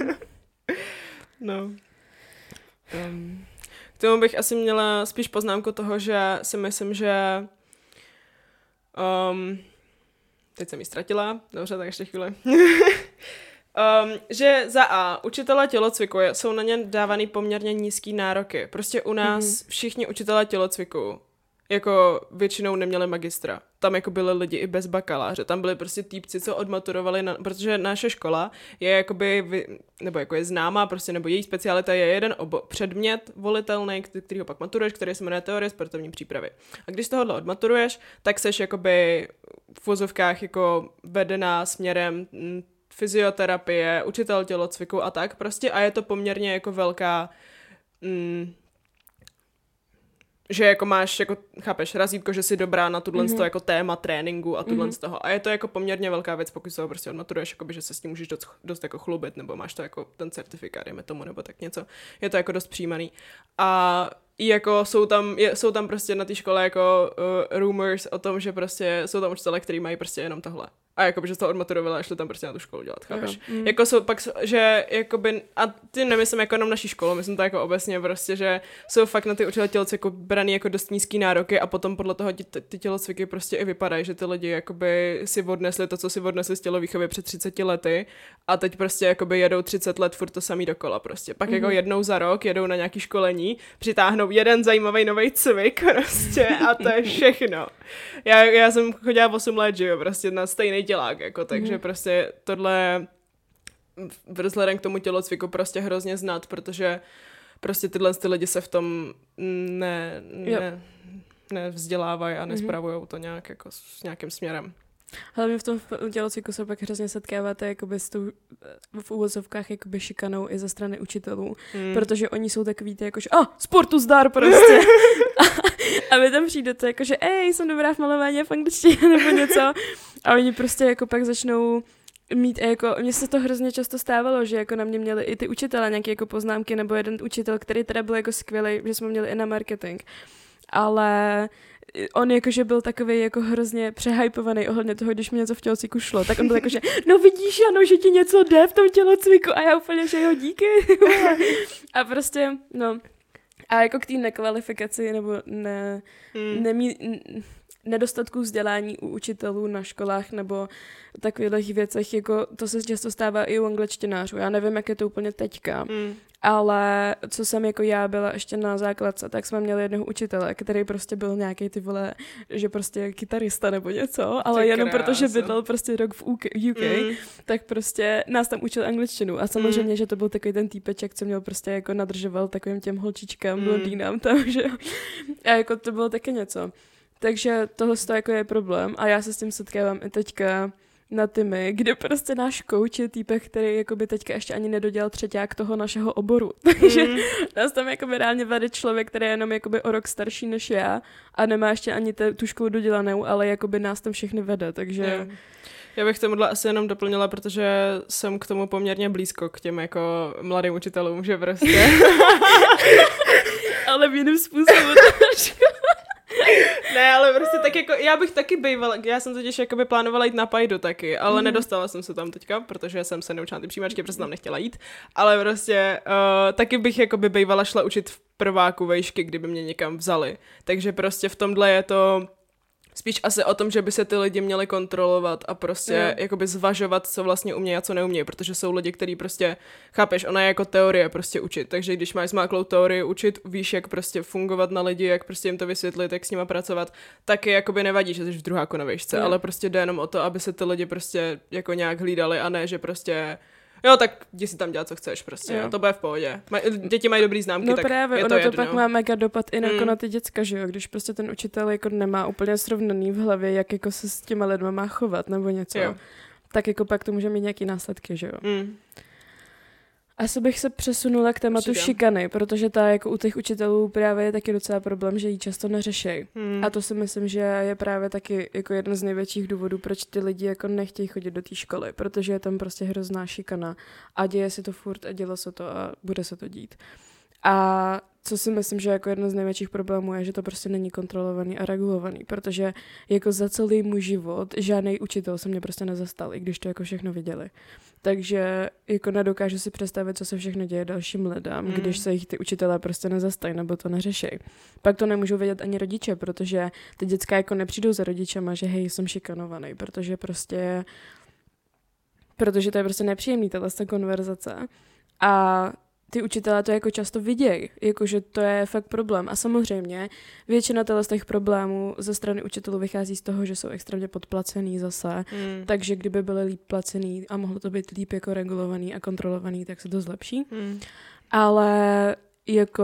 no. Um, k tomu bych asi měla spíš poznámku toho, že si myslím, že um, teď jsem ji ztratila, dobře, tak ještě chvíli. Um, že za A, učitelé tělocviku jsou na ně dávaný poměrně nízký nároky. Prostě u nás mm-hmm. všichni učitelé tělocviku jako většinou neměli magistra. Tam jako byli lidi i bez bakaláře. Tam byli prostě týpci, co odmaturovali, na, protože naše škola je jakoby, nebo jako je známá, prostě, nebo její specialita je jeden obo, předmět volitelný, který ho pak maturuješ, který se jmenuje teorie sportovní přípravy. A když z tohohle odmaturuješ, tak seš jakoby v vozovkách jako vedená směrem m, fyzioterapie, učitel tělocviku a tak prostě a je to poměrně jako velká mm, že jako máš, jako chápeš, razítko, že jsi dobrá na tuhle mm-hmm. jako téma tréninku a tuhle mm-hmm. z toho a je to jako poměrně velká věc, pokud se ho prostě odmaturuješ, jakoby, že se s tím můžeš dost, dost jako chlubit, nebo máš to jako ten certifikát, dejme tomu, nebo tak něco, je to jako dost přijímaný a i jako jsou tam, je, jsou tam prostě na té škole jako uh, rumors o tom, že prostě jsou tam učitelé, kteří mají prostě jenom tohle. A jakoby, že to odmaturovala a šli tam prostě na tu školu dělat, chápeš? Mm. Jako jsou pak, že jakoby, a ty nemyslím jako jenom naší školu, myslím to jako obecně prostě, že jsou fakt na ty učitele tělocviku braný jako dost nízký nároky a potom podle toho ty, ty tělocviky prostě i vypadají, že ty lidi jakoby si odnesli to, co si odnesli z tělovýchovy před třiceti lety a teď prostě jakoby jedou třicet let furt to samý dokola prostě. Pak mm. jako jednou za rok jedou na nějaký školení, přitáhnou jeden zajímavý nový cvik prostě a to je všechno. Já, já jsem chodila osm let, že jo, prostě na stejný tělák, jako, takže mm. prostě tohle vzhledem k tomu tělocviku prostě hrozně znát, protože prostě tyhle ty lidi se v tom ne, ne, nevzdělávají a nespravujou to nějak jako s nějakým směrem. Hlavně v tom tělocviku se pak hrozně setkáváte jakoby s tou, v úvozovkách jakoby šikanou i ze strany učitelů, mm. protože oni jsou takový ty jakože, a oh, sportu zdar prostě. a, a vy tam přijdete jakože, ej, jsem dobrá v malování a v angličtině nebo něco. A oni prostě jako pak začnou mít, jako, mně se to hrozně často stávalo, že jako na mě měli i ty učitelé nějaké jako poznámky, nebo jeden učitel, který teda byl jako skvělý, že jsme měli i na marketing. Ale on jakože byl takový jako hrozně přehypovaný ohledně toho, když mi něco v tělocviku šlo, tak on byl jakože, no vidíš, ano, že ti něco jde v tom tělocviku a já úplně, že jo, díky. A prostě, no, a jako k té nekvalifikaci nebo ne, hmm. nemí, nedostatku vzdělání u učitelů na školách nebo takových věcech, jako to se často stává i u angličtinářů. Já nevím, jak je to úplně teďka, mm. ale co jsem jako já byla ještě na základce, tak jsme měli jednoho učitele, který prostě byl nějaký ty vole, že prostě kytarista nebo něco, ale jenom protože bydlel prostě rok v U K, mm. tak prostě nás tam učil angličtinu a samozřejmě, mm. že to byl takový ten týpeček, co měl prostě jako nadržoval takovým těm holčičkám, mm. blondýnám tam, že a jako to bylo taky něco. Takže tohle jako je problém a já se s tím setkávám i teďka na týmy, kde prostě náš coach je týpek, který jakoby teďka ještě ani nedodělal třeťák toho našeho oboru. Takže mm. nás tam jakoby reálně vede člověk, který je jenom jakoby o rok starší než já a nemá ještě ani te, tu školu dodělanou, ale jakoby nás tam všechny vede, takže... Yeah. Já bych tomuhle asi jenom doplnila, protože jsem k tomu poměrně blízko, k těm jako mladým učitelům, že prostě... ale v jiném způsobu Ne, ale prostě tak jako, já bych taky bývala, já jsem totiž jakoby plánovala jít na Pajdu taky, ale mm. nedostala jsem se tam teďka, protože jsem se neučila ty přijímačky, protože jsem tam nechtěla jít, ale prostě uh, taky bych jakoby bývala šla učit v prváku vejšky, kdyby mě někam vzali, takže prostě v tomhle je to spíš asi o tom, že by se ty lidi měli kontrolovat a prostě mm. jakoby zvažovat, co vlastně umějí a co neumějí, protože jsou lidi, kteří prostě, chápeš, ona je jako teorie prostě učit, takže když máš zmáklou teorii učit, víš, jak prostě fungovat na lidi, jak prostě jim to vysvětlit, jak s nima pracovat, taky jakoby nevadí, že jsi v druháku na výšce, mm. ale prostě jde jenom o to, aby se ty lidi prostě jako nějak hlídali a ne, že prostě jo, tak jdi si tam dělat, co chceš prostě, jo. To bude v pohodě. Maj, děti mají dobrý známky, no tak právě, je to ono to jedno. pak má mega dopad i mm. jako na ty děcka, že jo, když prostě ten učitel jako nemá úplně srovnaný v hlavě, jak jako se s těma lidma má chovat nebo něco, jo. tak jako pak to může mít nějaký následky, že jo. Mm. Asi bych se přesunula k tématu Určitě. šikany, protože ta jako u těch učitelů právě je taky docela problém, že ji často neřešejí. Hmm. A to si myslím, že je právě taky jako jeden z největších důvodů, proč ty lidi jako nechtějí chodit do té školy, protože je tam prostě hrozná šikana a děje se to furt a dělo se to a bude se to dít. A co si myslím, že jako jeden z největších problémů je, že to prostě není kontrolovaný a regulovaný, protože jako za celý můj život žádný učitel se mě prostě nezastal, i když to jako všechno viděli. Takže jako nedokážu si představit, co se všechno děje dalším lidem, mm. když se jich ty učitelé prostě nezastají nebo to neřešejí. Pak to nemůžou vědět ani rodiče, protože ty děcka jako nepřijdou za rodičema, že hej, jsem šikanovaný, protože prostě protože to je prostě nepříjemný tato konverzace. A ty učitelé to jako často vidějí, jakože to je fakt problém. A samozřejmě většina z těch problémů ze strany učitelů vychází z toho, že jsou extrémně podplacený zase, mm. takže kdyby byly líp placený a mohlo to být líp jako regulovaný a kontrolovaný, tak se to zlepší. Mm. Ale jako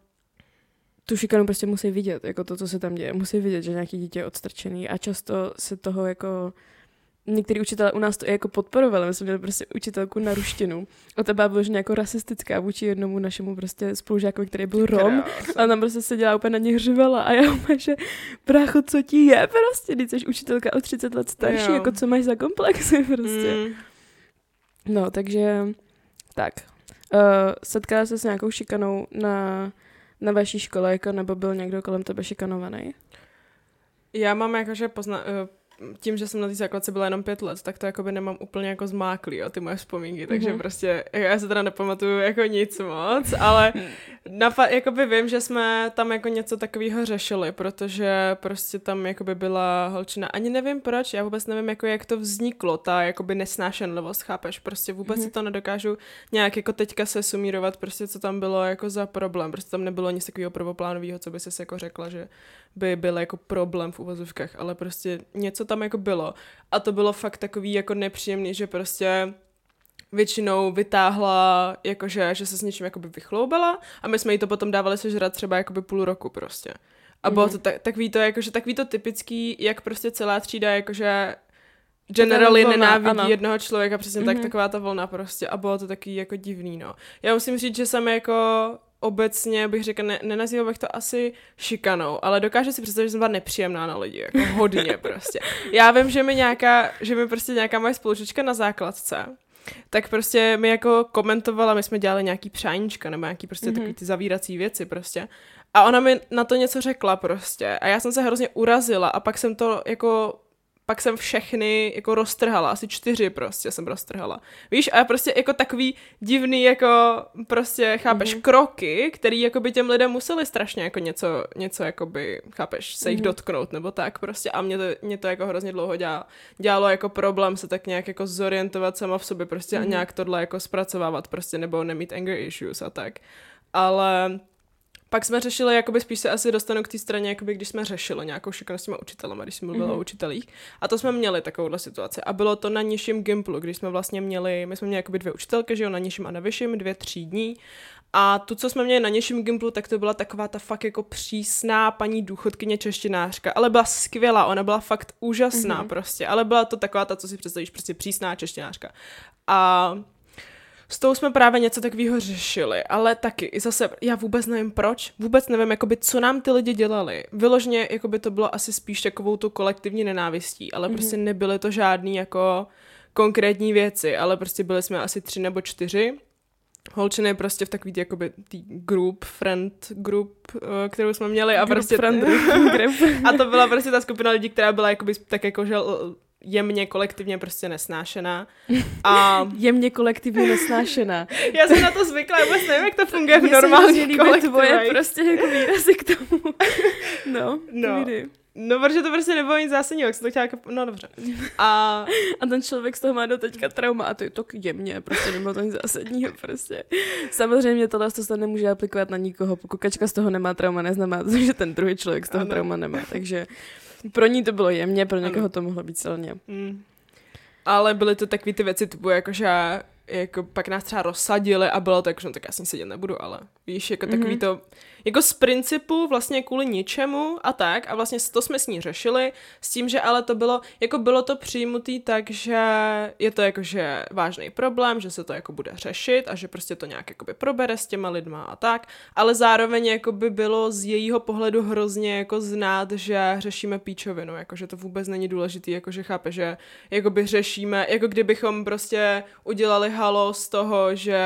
tu šikanu prostě musí vidět, jako to, co se tam děje. Musí vidět, že nějaký dítě je odstrčený a často se toho jako některý učitelé u nás to jako podporovali, my jsme měli prostě učitelku na ruštinu. A ta byla vložně jako rasistická vůči jednomu našemu prostě spolužákovi, který byl Rom. A tam prostě se dělá úplně na něj hřivala a já úplně, že brácho, co ti je prostě, když jsi učitelka o třicet let starší, jo. jako co máš za komplexy prostě. Mm. No, takže tak. Uh, setkala jsi se s nějakou šikanou na, na vaší škole, jako, nebo byl někdo kolem tebe šikanovaný? Já mám jakože pozna... Uh, tím, že jsem na té základce byla jenom pět let, tak to jakoby nemám úplně jako zmáklý, jo, ty moje vzpomínky, takže mm-hmm. prostě já se teda nepamatuju jako nic moc, ale nafa- jakoby vím, že jsme tam jako něco takového řešili, protože prostě tam jakoby byla holčina, ani nevím proč, já vůbec nevím, jako jak to vzniklo, ta jakoby nesnášenlivost, chápeš, prostě vůbec mm-hmm. si to nedokážu nějak jako teďka se sumírovat, prostě co tam bylo jako za problém, prostě tam nebylo nic takového prvoplánového, co by se jako řekla, že by byl jako problém v uvozovkách, ale prostě něco tam jako bylo. A to bylo fakt takový jako nepříjemný, že prostě většinou vytáhla, jakože, že se s něčím jakoby vychloubala a my jsme jí to potom dávali sežrat třeba jakoby půl roku prostě. A mm-hmm. bylo to tak, takový to, jakože takový to typický, jak prostě celá třída, jakože generally nenávidí ano. jednoho člověka, přesně mm-hmm. tak, taková ta vlna prostě a bylo to taky jako divný, no. Já musím říct, že jsem jako obecně bych řekla, ne, nenazýval bych to asi šikanou, ale dokážu si představit, že jsem byla nepříjemná na lidi, jako hodně prostě. Já vím, že mi nějaká, že mi prostě nějaká moje spolužečka na základce, tak prostě mi jako komentovala, my jsme dělali nějaký přáníčka, nebo nějaký prostě mm-hmm. takový ty zavírací věci prostě. A ona mi na to něco řekla prostě. A já jsem se hrozně urazila a pak jsem to jako pak jsem všechny jako roztrhala, asi čtyři prostě jsem roztrhala. Víš, a prostě jako takový divný jako prostě, chápeš, mm-hmm. kroky, který jako by těm lidem museli strašně jako něco, něco jako by, chápeš, se jich mm-hmm. dotknout nebo tak prostě a mě to, mě to jako hrozně dlouho dělalo, dělalo jako problém se tak nějak jako zorientovat sama v sobě prostě mm-hmm. a nějak tohle jako zpracovávat prostě nebo nemít anger issues a tak. Ale pak jsme řešili, jakoby spíš se asi dostanu k té straně, jakoby když jsme řešili nějakou šikanu s těma učitelama, když jsem mluvila mm-hmm. o učitelích. A to jsme měli takovouhle situaci. A bylo to na nižším Gimplu, když jsme vlastně měli, my jsme měli jakoby dvě učitelky, že jo, na nižším a na vyšším, dvě třídní. A tu, co jsme měli na nižším Gimplu, tak to byla taková ta fakt jako přísná paní důchodkyně češtinářka, ale byla skvělá, ona byla fakt úžasná mm-hmm. prostě, ale byla to taková ta, co si představíš, prostě přísná češtinářka. A s tou jsme právě něco takového řešili, ale taky i zase, já vůbec nevím proč, vůbec nevím, jakoby, co nám ty lidi dělali. Vyložně, jakoby to bylo asi spíš takovou tu kolektivní nenávistí, ale mm-hmm. prostě nebyly to žádný jako konkrétní věci, ale prostě byli jsme asi tři nebo čtyři. Holčiny prostě v takový jakoby tý group, friend group, kterou jsme měli a group prostě friend group. A to byla prostě ta skupina lidí, která byla jakoby tak jako, že jemně kolektivně prostě nesnášená. A jemně kolektivně nesnášená. Já jsem na to zvykla, já vůbec nevím, jak to funguje v normálních kolektivech. Tvoje prostě jako výrazy k tomu. No, no. No, protože to prostě nebylo nic zásadního, jak jsem to chtěla jako, no dobře. A... a ten člověk z toho má do teďka trauma a to je to k jemně, prostě nebylo to nic zásadního prostě. Samozřejmě tohle to se nemůže aplikovat na nikoho, pokud kačka z toho nemá trauma, neznamená to, že ten druhý člověk z toho ano. trauma nemá, takže pro ní to bylo jemně, pro někoho ano. to mohlo být silně. Mm. Ale byly to takový ty věci typu, jakože jako pak nás třeba rozsadili a bylo to jako, no tak já s ní sedět nebudu, ale víš, jako takový mm-hmm. to, jako z principu vlastně kvůli ničemu a tak a vlastně to jsme s ní řešili s tím, že ale to bylo, jako bylo to přijmutý tak, že je to jakože vážný problém, že se to jako bude řešit a že prostě to nějak jakoby probere s těma lidma a tak, ale zároveň jakoby bylo z jejího pohledu hrozně jako znát, že řešíme píčovinu, jakože to vůbec není důležitý, jakože chápe, že jakoby řešíme, jako kdybychom prostě udělali halo z toho, že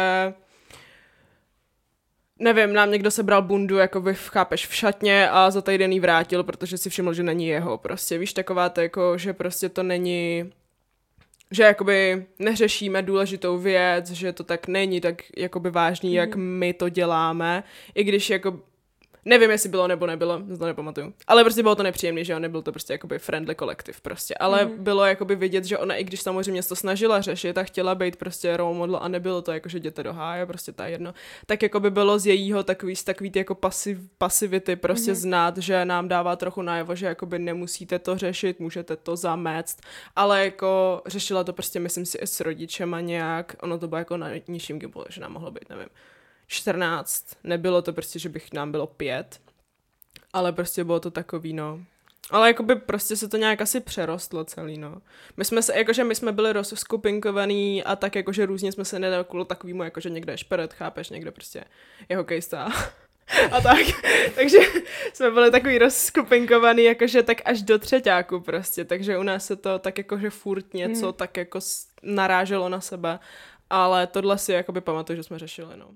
nevím, nám někdo sebral bundu, jako by chápeš v šatně a za týden jí vrátil, protože si všiml, že není jeho, prostě víš, taková to jako, že prostě to není, že jakoby neřešíme důležitou věc, že to tak není tak jakoby vážný, mm. jak my to děláme, i když jako nevím, jestli bylo nebo nebylo, to nepamatuju. Ale prostě bylo to nepříjemné, že jo, nebyl to prostě jakoby friendly kolektiv prostě. Ale mm-hmm. bylo jakoby vidět, že ona, i když samozřejmě to snažila řešit a chtěla být prostě role model a nebylo to jako, že jděte do háje, prostě ta jedno, tak jakoby bylo z jejího takový, z takový ty jako pasiv, pasivity prostě mm-hmm. znát, že nám dává trochu najevo, že jakoby nemusíte to řešit, můžete to zamést, ale jako řešila to prostě, myslím si, i s rodičema nějak, ono to bylo jako na nižším Gimplu, že nám mohlo být, nevím, čtrnáct, nebylo to prostě, že bych nám bylo pět, ale prostě bylo to takový, no. Ale jakoby prostě se to nějak asi přerostlo celý, no. My jsme se, jakože my jsme byli rozskupinkovaný a tak jakože různě jsme se nedali kvůli takovýmu, jakože někdo je šperet, chápeš, někdo prostě je hokejista a tak. Takže jsme byli takový rozskupinkovaný, jakože tak až do třeťáku prostě, takže u nás se to tak jakože furt něco hmm. tak jako naráželo na sebe. Ale tohle si jakoby pamatuju, že jsme řešili, no.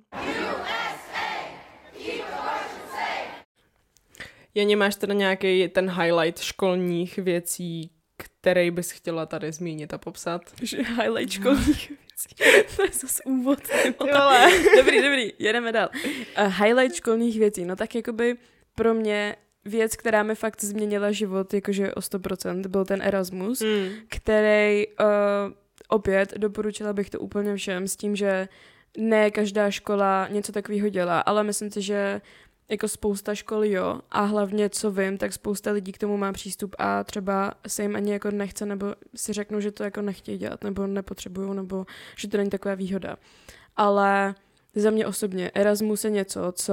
Jani, máš teda nějaký ten highlight školních věcí, který bys chtěla tady zmínit a popsat? Že highlight školních věcí. To je zase úvod. Dobrý, dobrý, jedeme dál. Uh, highlight školních věcí, no tak jakoby pro mě věc, která mi fakt změnila život, jakože o sto procent, byl ten Erasmus, mm. který uh, opět doporučila bych to úplně všem s tím, že ne každá škola něco takového dělá, ale myslím si, že jako spousta škol jo a hlavně co vím, tak spousta lidí k tomu má přístup a třeba se jim ani jako nechce nebo si řeknou, že to jako nechtějí dělat nebo nepotřebují nebo že to není taková výhoda. Ale za mě osobně Erasmus je něco, co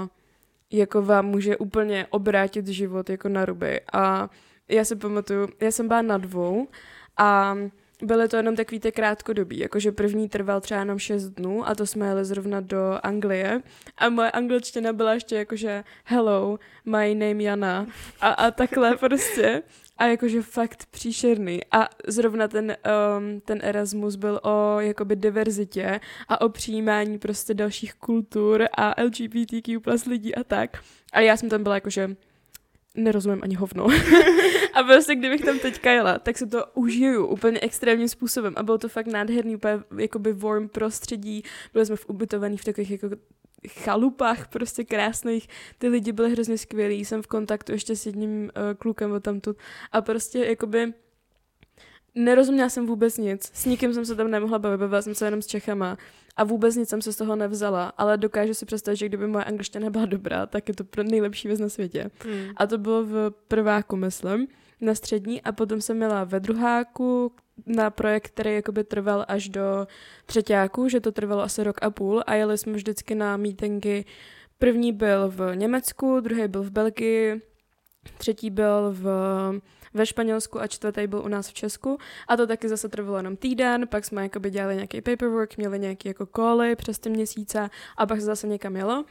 jako vám může úplně obrátit život jako na ruby a já si pamatuju, já jsem byla na dvou a byly to jenom takový ty krátkodobí, jakože první trval třeba jenom šest dnů a to jsme jeli zrovna do Anglie a moje angličtina byla ještě jakože hello, my name Jana a, a takhle prostě a jakože fakt příšerný a zrovna ten, um, ten Erasmus byl o jakoby diverzitě a o přijímání prostě dalších kultur a L G B T Q plus lidí a tak a já jsem tam byla jakože nerozumím ani hovno. A prostě kdybych tam teďka jela, tak se to užiju úplně extrémním způsobem. A bylo to fakt nádherný, úplně jakoby warm prostředí. Byli jsme v ubytovaný v takových jako chalupách prostě krásných. Ty lidi byli hrozně skvělí. Jsem v kontaktu ještě s jedním uh, klukem odtamtud. A prostě jakoby nerozuměla jsem vůbec nic. S nikým jsem se tam nemohla bavit, bavila jsem se jenom s Čechama. A vůbec nic jsem se z toho nevzala, ale dokážu si představit, že kdyby moje angličtina byla dobrá, tak je to nejlepší věc na světě. Hmm. A to bylo v prváku, myslím, na střední a potom jsem měla ve druháku na projekt, který jakoby trval až do třetíku, že to trvalo asi rok a půl a jeli jsme vždycky na meetingy. První byl v Německu, druhý byl v Belgii, třetí byl v ve Španělsku a čtvrtý byl u nás v Česku a to taky zase trvalo jenom týden, pak jsme jakoby dělali nějaký paperwork, měli nějaký jako koly přes ty měsíce a pak se zase někam jelo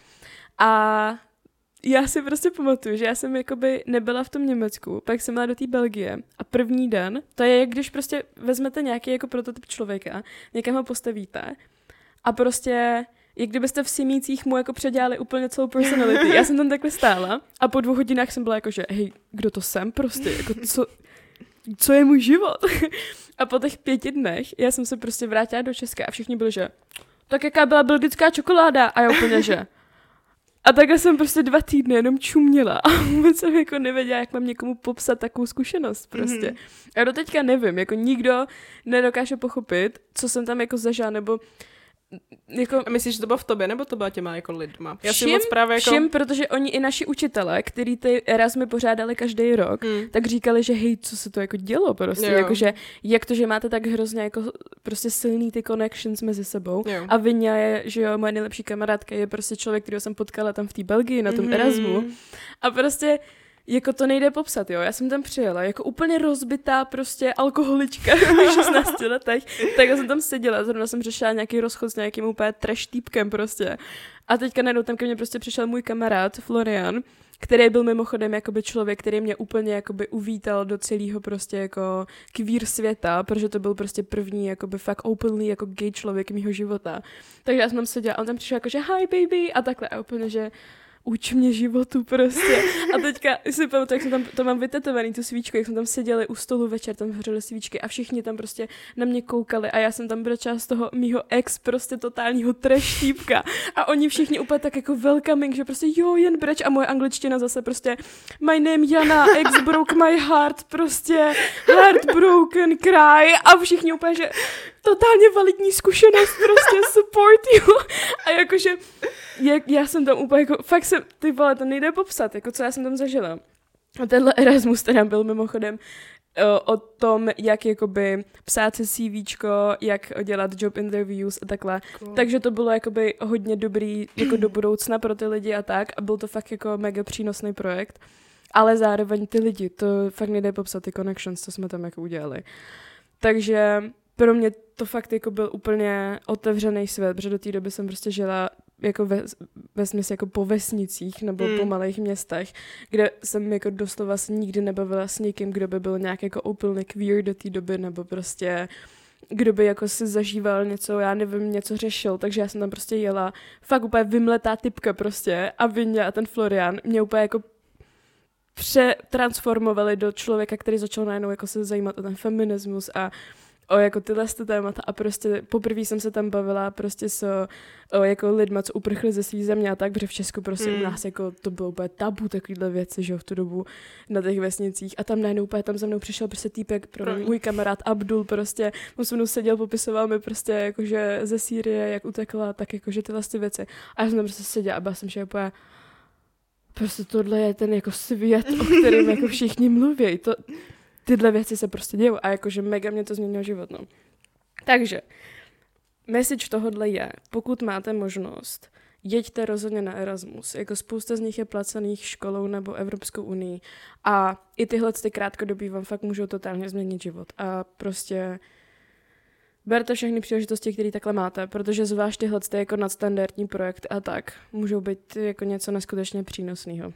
a já si prostě pamatuju, že já jsem jakoby nebyla v tom Německu, pak jsem byla do té Belgie a první den, to je jak když prostě vezmete nějaký jako prototyp člověka, někam ho postavíte a prostě jak kdybyste v Simících mu jako předělali úplně celou personality. Já jsem tam takhle stála a po dvou hodinách jsem byla jako, že hej, kdo to jsem prostě, jako co, co je můj život? A po těch pěti dnech já jsem se prostě vrátila do Česka a všichni byli, že tak jaká byla belgická čokoláda? A já úplně, že a takhle jsem prostě dva týdny jenom čuměla a vůbec jsem jako nevěděla, jak mám někomu popsat takovou zkušenost prostě. Mm-hmm. Já do teďka nevím, jako nikdo nedokáže pochopit, co jsem tam jako zažila, nebo jako, a myslíš, že to bylo v tobě, nebo to byla těma jako lidma? Já všim, si moc právě jako... všim, protože oni i naši učitele, který ty Erasmy pořádali každý rok, hmm. tak říkali, že hej, co se to jako dělo prostě, jakože jak to, že máte tak hrozně jako prostě silný ty connections mezi sebou jo. A Vinja je, že jo, moje nejlepší kamarádka je prostě člověk, kterého jsem potkala tam v té Belgii na tom hmm. Erasmu a prostě jako to nejde popsat, jo. Já jsem tam přijela jako úplně rozbitá prostě alkoholička v šestnácti letech. Tak já jsem tam seděla, zrovna jsem řešila nějaký rozchod s nějakým úplně trash týpkem prostě. A teďka najednou tam ke mně prostě přišel můj kamarád Florian, který byl mimochodem jakoby člověk, který mě úplně jakoby uvítal do celého prostě jako queer světa, protože to byl prostě první jakoby fakt openly jako gay člověk mýho života. Takže já jsem tam seděla a on tam přišel jako, že hi baby a takhle a úplně, že uč mě životu prostě. A teďka si pamatuju, jak jsem tam, to mám vytetovaný, tu svíčku, jak jsme tam seděli u stolu večer, tam hořely svíčky a všichni tam prostě na mě koukali a já jsem tam brečela z toho mýho ex prostě totálního trash týpka a oni všichni úplně tak jako welcoming, že prostě jo, jen breč a moje angličtina zase prostě my name Jana, ex broke my heart, prostě heartbroken cry a všichni úplně, že totálně validní zkušenost, prostě support you. A jakože, jak, já jsem tam úplně jako, fakt jsem, ty vole, to nejde popsat, jako co já jsem tam zažila. A tenhle Erasmus teda byl mimochodem uh, o tom, jak jakoby psát se CVčko, jak dělat job interviews a takhle. Cool. Takže to bylo jakoby hodně dobrý jako do budoucna pro ty lidi a tak a byl to fakt jako mega přínosný projekt. Ale zároveň ty lidi, to fakt nejde popsat, ty connections, co jsme tam jako udělali. Takže pro mě to fakt jako byl úplně otevřený svět, protože do té doby jsem prostě žila jako ve, ve smyslu jako po vesnicích nebo mm. po malých městech, kde jsem jako doslova se nikdy nebavila s někým, kdo by byl nějak jako úplně queer do té doby, nebo prostě kdo by jako si zažíval něco, já nevím, něco řešil, takže já jsem tam prostě jela fakt úplně vymletá typka prostě a Vinja a ten Florian mě úplně jako přetransformovali do člověka, který začal najednou jako se zajímat o ten feminismus a o jako tyhle témata a prostě poprvé jsem se tam bavila prostě s o, jako lidma, co uprchli ze svý země a tak, protože v Česku prostě mm. u nás jako to bylo úplně tabu takovýhle věci, že jo, v tu dobu na těch vesnicích a tam najednou úplně tam za mnou přišel prostě týpek, pro mě, můj kamarád Abdul prostě, on se mnou seděl, popisoval mi prostě jakože ze Sýrie, jak utekla, tak jakože tyhle ty věci a já jsem tam prostě seděla a byla jsem, že úplně prostě tohle je ten jako svět, o kterém jako všichni mluví, to tyhle věci se prostě dějou a jakože mega mě to změnilo život, no. Takže, message tohodle je, pokud máte možnost, jeďte rozhodně na Erasmus. Jako spousta z nich je placených školou nebo Evropskou unii a i tyhle ty krátkodobí vám fakt můžou totálně změnit život. A prostě berte všechny příležitosti, které takhle máte, protože zvlášť tyhle ty jako nadstandardní projekty a tak můžou být jako něco neskutečně přínosného.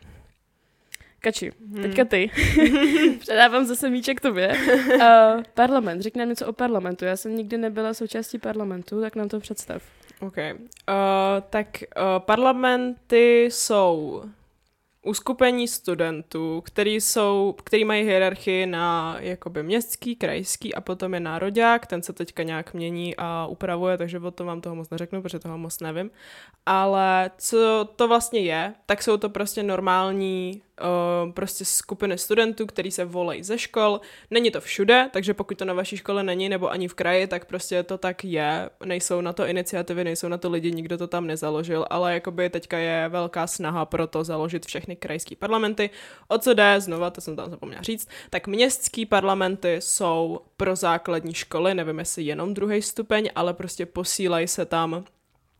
Kači, hmm. teďka ty. Předávám zase míček tobě. Uh, parlament, řekni nám něco o parlamentu. Já jsem nikdy nebyla součástí parlamentu, tak nám to představ. OK. Uh, tak uh, parlamenty jsou uskupení studentů, který jsou, který mají hierarchii na jakoby městský, krajský a potom je nároďák, ten se teďka nějak mění a upravuje, takže o tom vám toho moc neřeknu, protože toho moc nevím. Ale co to vlastně je, tak jsou to prostě normální uh, prostě skupiny studentů, který se volají ze škol. Není to všude, takže pokud to na vaší škole není nebo ani v kraji, tak prostě to tak je. Nejsou na to iniciativy, nejsou na to lidi, nikdo to tam nezaložil, ale jakoby teďka je velká snaha pro to založit všechny krajský parlamenty. O co jde, znova, to jsem tam zapomněla říct, tak městský parlamenty jsou pro základní školy, nevím jestli jenom druhý stupeň, ale prostě posílají se tam uh,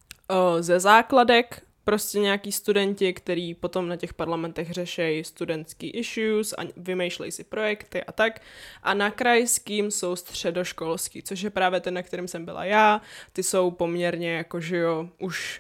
ze základek prostě nějaký studenti, který potom na těch parlamentech řeší studentský issues a vymýšlejí si projekty a tak. A na krajským jsou středoškolský, což je právě ten, na kterým jsem byla já. Ty jsou poměrně jako, že jo, už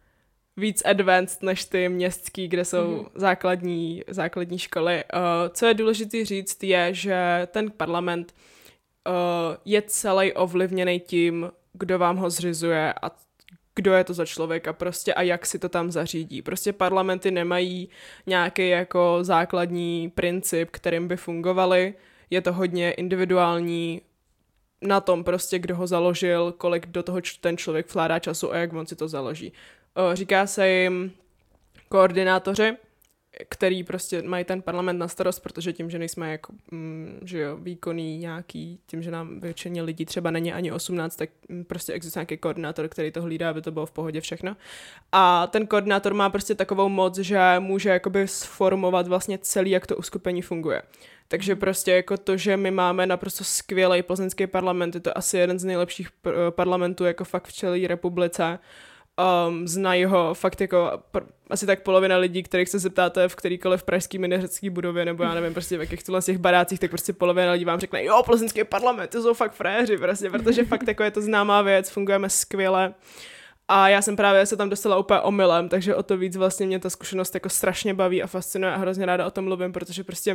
víc advanced než ty městský, kde jsou mm-hmm. základní, základní školy. Uh, co je důležité říct, je, že ten parlament uh, je celý ovlivněný tím, kdo vám ho zřizuje a kdo je to za člověka prostě a jak si to tam zařídí. Prostě parlamenty nemají nějaký jako základní princip, kterým by fungovaly. Je to hodně individuální na tom prostě, kdo ho založil, kolik do toho ten člověk vkládá času a jak on si to založí. Říká se jim koordinátoři, který prostě mají ten parlament na starost, protože tím, že nejsme jako, mm, že jo, výkonný nějaký, tím, že nám většině lidí třeba není ani osmnáct, tak prostě existuje nějaký koordinátor, který to hlídá, aby to bylo v pohodě všechno. A ten koordinátor má prostě takovou moc, že může jakoby sformovat vlastně celý, jak to uskupení funguje. Takže prostě jako to, že my máme naprosto skvělý plzeňský parlament, je to asi jeden z nejlepších parlamentů jako fakt v celé republice. Um, znají ho fakt jako pr- asi tak polovina lidí, kterých se zeptáte v kterýkoliv pražský miniřecký budově, nebo já nevím, prostě v jakých těch barácích, tak prostě polovina lidí vám řekne, jo, plzeňský parlament, to jsou fakt fréři, prostě, protože fakt jako je to známá věc, fungujeme skvěle. A já jsem právě se tam dostala úplně omylem, takže o to víc vlastně mě ta zkušenost jako strašně baví a fascinuje a hrozně ráda o tom mluvím, protože prostě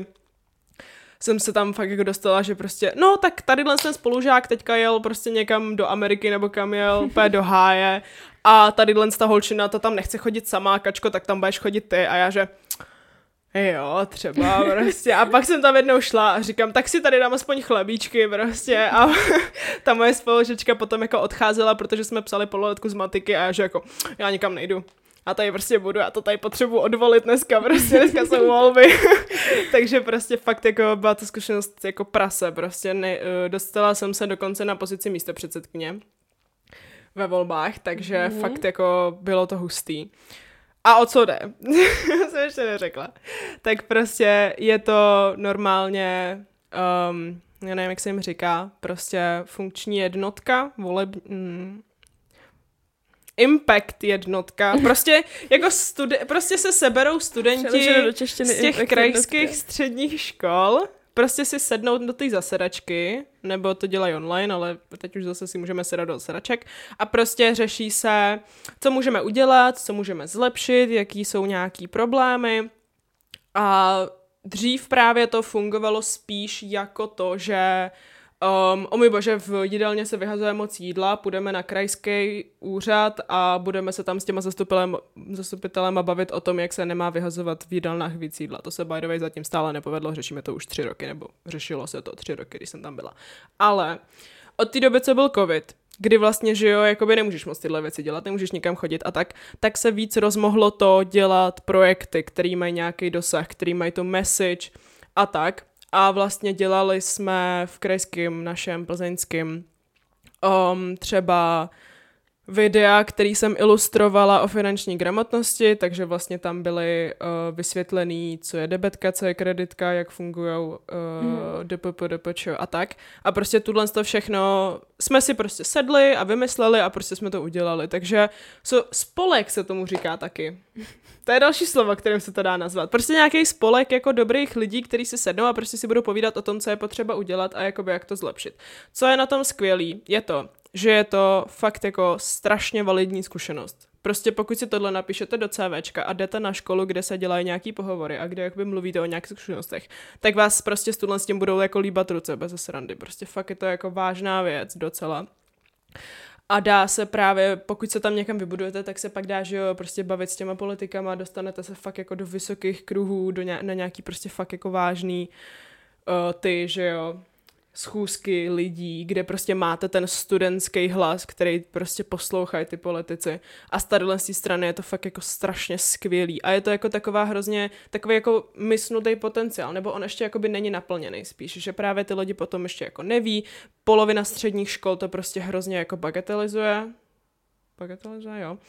jsem se tam fakt jako dostala, že prostě, no tak tadyhle ten spolužák teďka jel prostě někam do Ameriky nebo kam jel, úplně do háje a tadyhle ta holčina, ta tam nechce chodit sama, Kačko, tak tam budeš chodit ty a já že jo, třeba prostě a pak jsem tam jednou šla a říkám, tak si tady dám aspoň chlebíčky prostě a ta moje spolužečka potom jako odcházela, protože jsme psali pololetku z matiky a já že jako, já nikam nejdu. A tady prostě budu, já to tady potřebuji odvolit dneska, prostě dneska jsou volby. Takže prostě fakt jako byla to zkušenost jako prase, prostě ne, dostala jsem se dokonce na pozici místopředsedkyně ve volbách, takže mm-hmm. fakt jako bylo to hustý. A o co jde? jsem ještě neřekla. Tak prostě je to normálně, um, já nevím, jak se jim říká, prostě funkční jednotka, voleb... Mm, Impact jednotka. Prostě jako studi- prostě se seberou studenti z těch krajských jednotka. Středních škol, prostě si sednou do té zasedačky, nebo to dělají online, ale teď už zase si můžeme sedat do zasedaček a prostě řeší se, co můžeme udělat, co můžeme zlepšit, jaký jsou nějaký problémy a dřív právě to fungovalo spíš jako to, že Um, o můj bože, v jídelně se vyhazuje moc jídla, půjdeme na krajský úřad a budeme se tam s těma zastupitelema bavit o tom, jak se nemá vyhazovat v jídelnách víc jídla. To se by the way zatím stále nepovedlo, řešíme to už tři roky, nebo řešilo se to tři roky, když jsem tam byla. Ale od té doby, co byl covid, kdy vlastně, že jo, jakoby nemůžeš moc tyhle věci dělat, nemůžeš nikam chodit a tak, tak se víc rozmohlo to dělat projekty, který mají nějaký dosah, který mají tu message a tak. A vlastně dělali jsme v krajském našem plzeňském um, třeba videa, který jsem ilustrovala o finanční gramotnosti, takže vlastně tam byly uh, vysvětlený, co je debetka, co je kreditka, jak fungují uh, mm. D P P, D P Č a tak. A prostě tuhle to všechno jsme si prostě sedli a vymysleli a prostě jsme to udělali. Takže so, spolek se tomu říká taky. To je další slovo, kterým se to dá nazvat. Prostě nějaký spolek jako dobrých lidí, kteří si sednou a prostě si budou povídat o tom, co je potřeba udělat a jakoby jak to zlepšit. Co je na tom skvělý, je to, že je to fakt jako strašně validní zkušenost. Prostě pokud si tohle napíšete do CVčka a jdete na školu, kde se dělají nějaký pohovory a kde jakoby mluvíte o nějakých zkušenostech, tak vás prostě s tuhle s tím budou jako líbat ruce bez srandy. Prostě fakt je to jako vážná věc docela. A dá se právě, pokud se tam někam vybudujete, tak se pak dá, že jo, prostě bavit s těma politikama, dostanete se fakt jako do vysokých kruhů, do ně, na nějaký prostě fakt jako vážný uh, ty, že jo, schůzky lidí, kde prostě máte ten studentský hlas, který prostě poslouchají ty politici. A z tadyhle strany je to fakt jako strašně skvělý. A je to jako taková hrozně, takový jako mysnutý potenciál, nebo on ještě jakoby není naplněný spíš, že právě ty lidi potom ještě jako neví. Polovina středních škol to prostě hrozně jako bagatelizuje. Bagatelizuje, jo.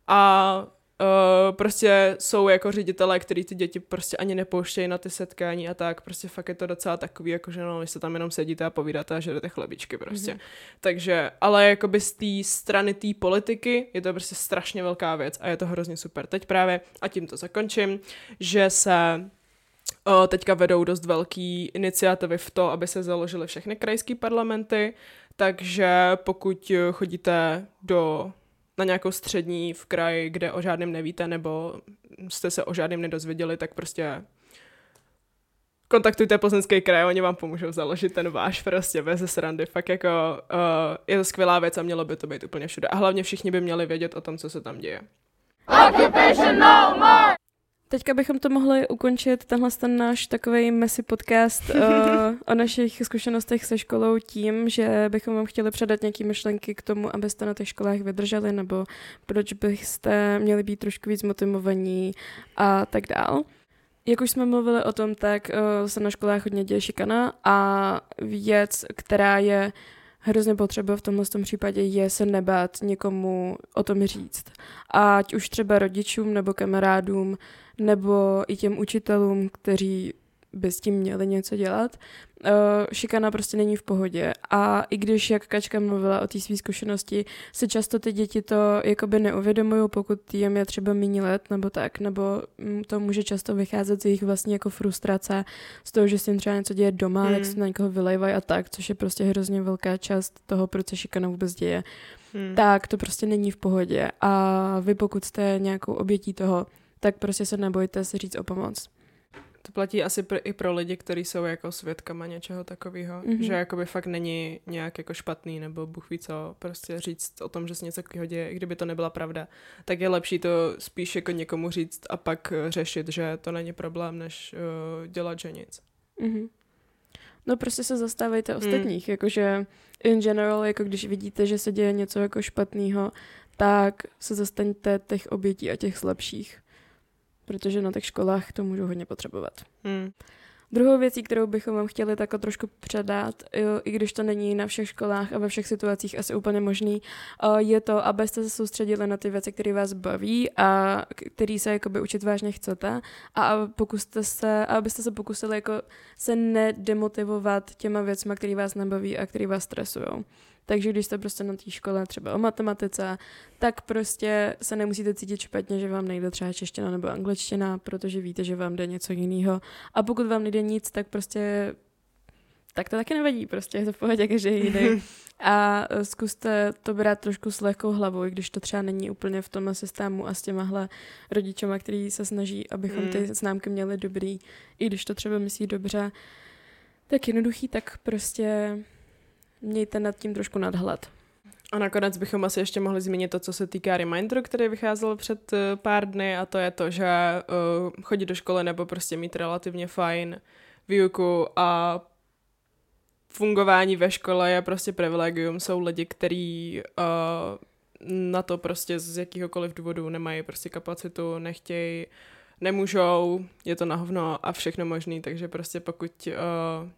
A Uh, prostě jsou jako ředitelé, který ty děti prostě ani nepouštějí na ty setkání a tak, prostě fakt je to docela takový, jako že no, vy se tam jenom sedíte a povídáte a žerete chlebičky prostě. Mm-hmm. Takže, ale jakoby z té strany té politiky je to prostě strašně velká věc a je to hrozně super. Teď právě, a tím to zakončím, že se uh, teďka vedou dost velký iniciativy v to, aby se založily všechny krajské parlamenty, takže pokud chodíte do na nějakou střední v kraji, kde o žádném nevíte, nebo jste se o žádném nedozvěděli, tak prostě kontaktujte Plzeňský kraj, oni vám pomůžou založit ten váš prostě bez srandy. Fakt jako uh, je to skvělá věc a mělo by to být úplně všude. A hlavně všichni by měli vědět o tom, co se tam děje. Occupation no more! Teďka bychom to mohli ukončit, tenhle ten náš takovej messy podcast uh, o našich zkušenostech se školou tím, že bychom vám chtěli předat nějaké myšlenky k tomu, abyste na těch školách vydrželi, nebo proč byste měli být trošku víc motivovaní a tak dál. Jak už jsme mluvili o tom, tak uh, se na školách hodně děje šikana a věc, která je hrozně potřeba v tomhle tom případě je se nebát někomu o tom říct. Ať už třeba rodičům nebo kamarádům, nebo i těm učitelům, kteří by s tím měli něco dělat. Uh, šikana prostě není v pohodě. A i když, jak Kačka mluvila o té své zkušenosti, se často ty děti to jakoby neuvědomují, pokud jim je třeba méně let nebo tak, nebo to může často vycházet z jejich vlastní jako frustrace, z toho, že si jim třeba něco děje doma, hmm. jak se na někoho vylejvají a tak, což je prostě hrozně velká část toho, proč se šikana vůbec děje. Hmm. Tak to prostě není v pohodě. A vy, pokud jste nějakou obětí toho, tak prostě se nebojte si říct o pomoc. To platí asi pr- i pro lidi, kteří jsou jako svědkama něčeho takového, mm-hmm. že jakoby fakt není nějak jako špatný, nebo Bůh ví co, prostě říct o tom, že se něco takového děje, i kdyby to nebyla pravda, tak je lepší to spíš jako někomu říct a pak řešit, že to není problém, než uh, dělat, že nic. Mm-hmm. No prostě se zastávejte ostatních, mm. jakože in general, jako když vidíte, že se děje něco jako špatného, tak se zastaňte těch obětí a těch slabších. Protože na těch školách to můžou hodně potřebovat. Hmm. Druhou věcí, kterou bychom vám chtěli takhle trošku předat, jo, i když to není na všech školách a ve všech situacích asi úplně možný, je to, abyste se soustředili na ty věci, které vás baví a které se jakoby učit vážně chcete a pokuste se, abyste se pokusili jako se nedemotivovat těma věcma, které vás nebaví a které vás stresujou. Takže když jste prostě na té škole třeba o matematice, tak prostě se nemusíte cítit špatně, že vám nejde třeba čeština nebo angličtina, protože víte, že vám jde něco jiného. A pokud vám nejde nic, tak prostě tak to taky nevadí, prostě je to v pohodě, každý jiný. A zkuste to brát trošku s lehkou hlavou, i když to třeba není úplně v tomhle systému a s těmahle rodičema, který se snaží, abychom ty známky měli dobrý, i když to třeba myslí dobře, tak jednoduchý, tak prostě mějte nad tím trošku nadhled. A nakonec bychom asi ještě mohli zmínit to, co se týká reminderu, který vycházel před uh, pár dny, a to je to, že uh, chodit do školy nebo prostě mít relativně fajn výuku a fungování ve škole je prostě privilegium. Jsou lidi, kteří uh, na to prostě z jakýhokoliv důvodu nemají prostě kapacitu, nechtějí, nemůžou, je to na hovno a všechno možný, takže prostě pokud uh,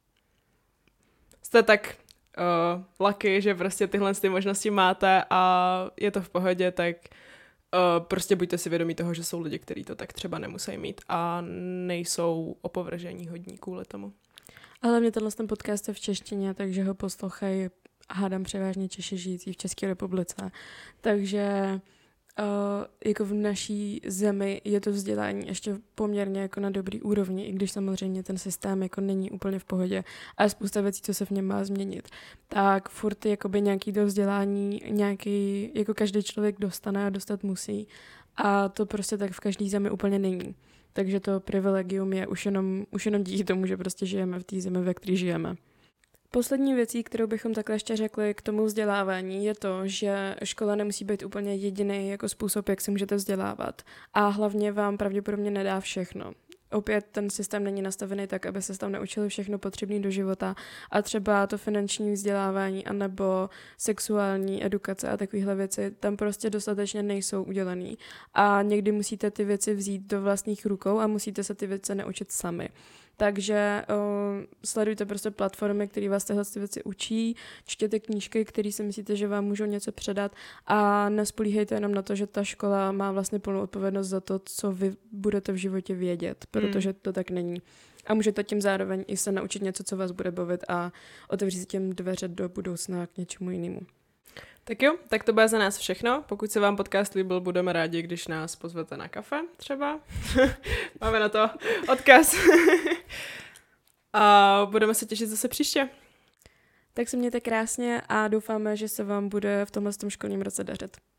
jste tak uh, lucky, že prostě tyhle ty možnosti máte a je to v pohodě, tak uh, prostě buďte si vědomí toho, že jsou lidi, kteří to tak třeba nemusí mít a nejsou opovržení hodní kvůli tomu. Ale mě tenhle ten podcast je v češtině, takže ho poslouchají, hádám, převážně Češi žijící v České republice. Takže uh, jako v naší zemi je to vzdělání ještě poměrně jako na dobrý úrovni, i když samozřejmě ten systém jako není úplně v pohodě a je spousta věcí, co se v něm má změnit. Tak furt jakoby nějaký to vzdělání, nějaký, jako každý člověk dostane a dostat musí. A to prostě tak v každé zemi úplně není. Takže to privilegium je už jenom, už jenom díky tomu, že prostě žijeme v té zemi, ve které žijeme. Poslední věcí, kterou bychom takhle ještě řekli k tomu vzdělávání, je to, že škola nemusí být úplně jediný jako způsob, jak se můžete vzdělávat. A hlavně vám pravděpodobně nedá všechno. Opět ten systém není nastavený tak, aby se tam naučili všechno potřebné do života a třeba to finanční vzdělávání anebo sexuální edukace a takovéhle věci tam prostě dostatečně nejsou udělaný. A někdy musíte ty věci vzít do vlastních rukou a musíte se ty věci naučit sami. Takže uh, sledujte prostě platformy, které vás tyhle věci učí, čtěte knížky, které si myslíte, že vám můžou něco předat a nespolíhejte jenom na to, že ta škola má vlastně plnou odpovědnost za to, co vy budete v životě vědět, protože to tak není. A můžete tím zároveň i se naučit něco, co vás bude bavit a otevřít si těm dveře do budoucna k něčemu jinému. Tak jo, tak to bude za nás všechno. Pokud se vám podcast líbil, budeme rádi, když nás pozvete na kafe třeba. Máme na to odkaz. A budeme se těšit zase příště. Tak se mějte krásně a doufáme, že se vám bude v tomhle školním roce dařit.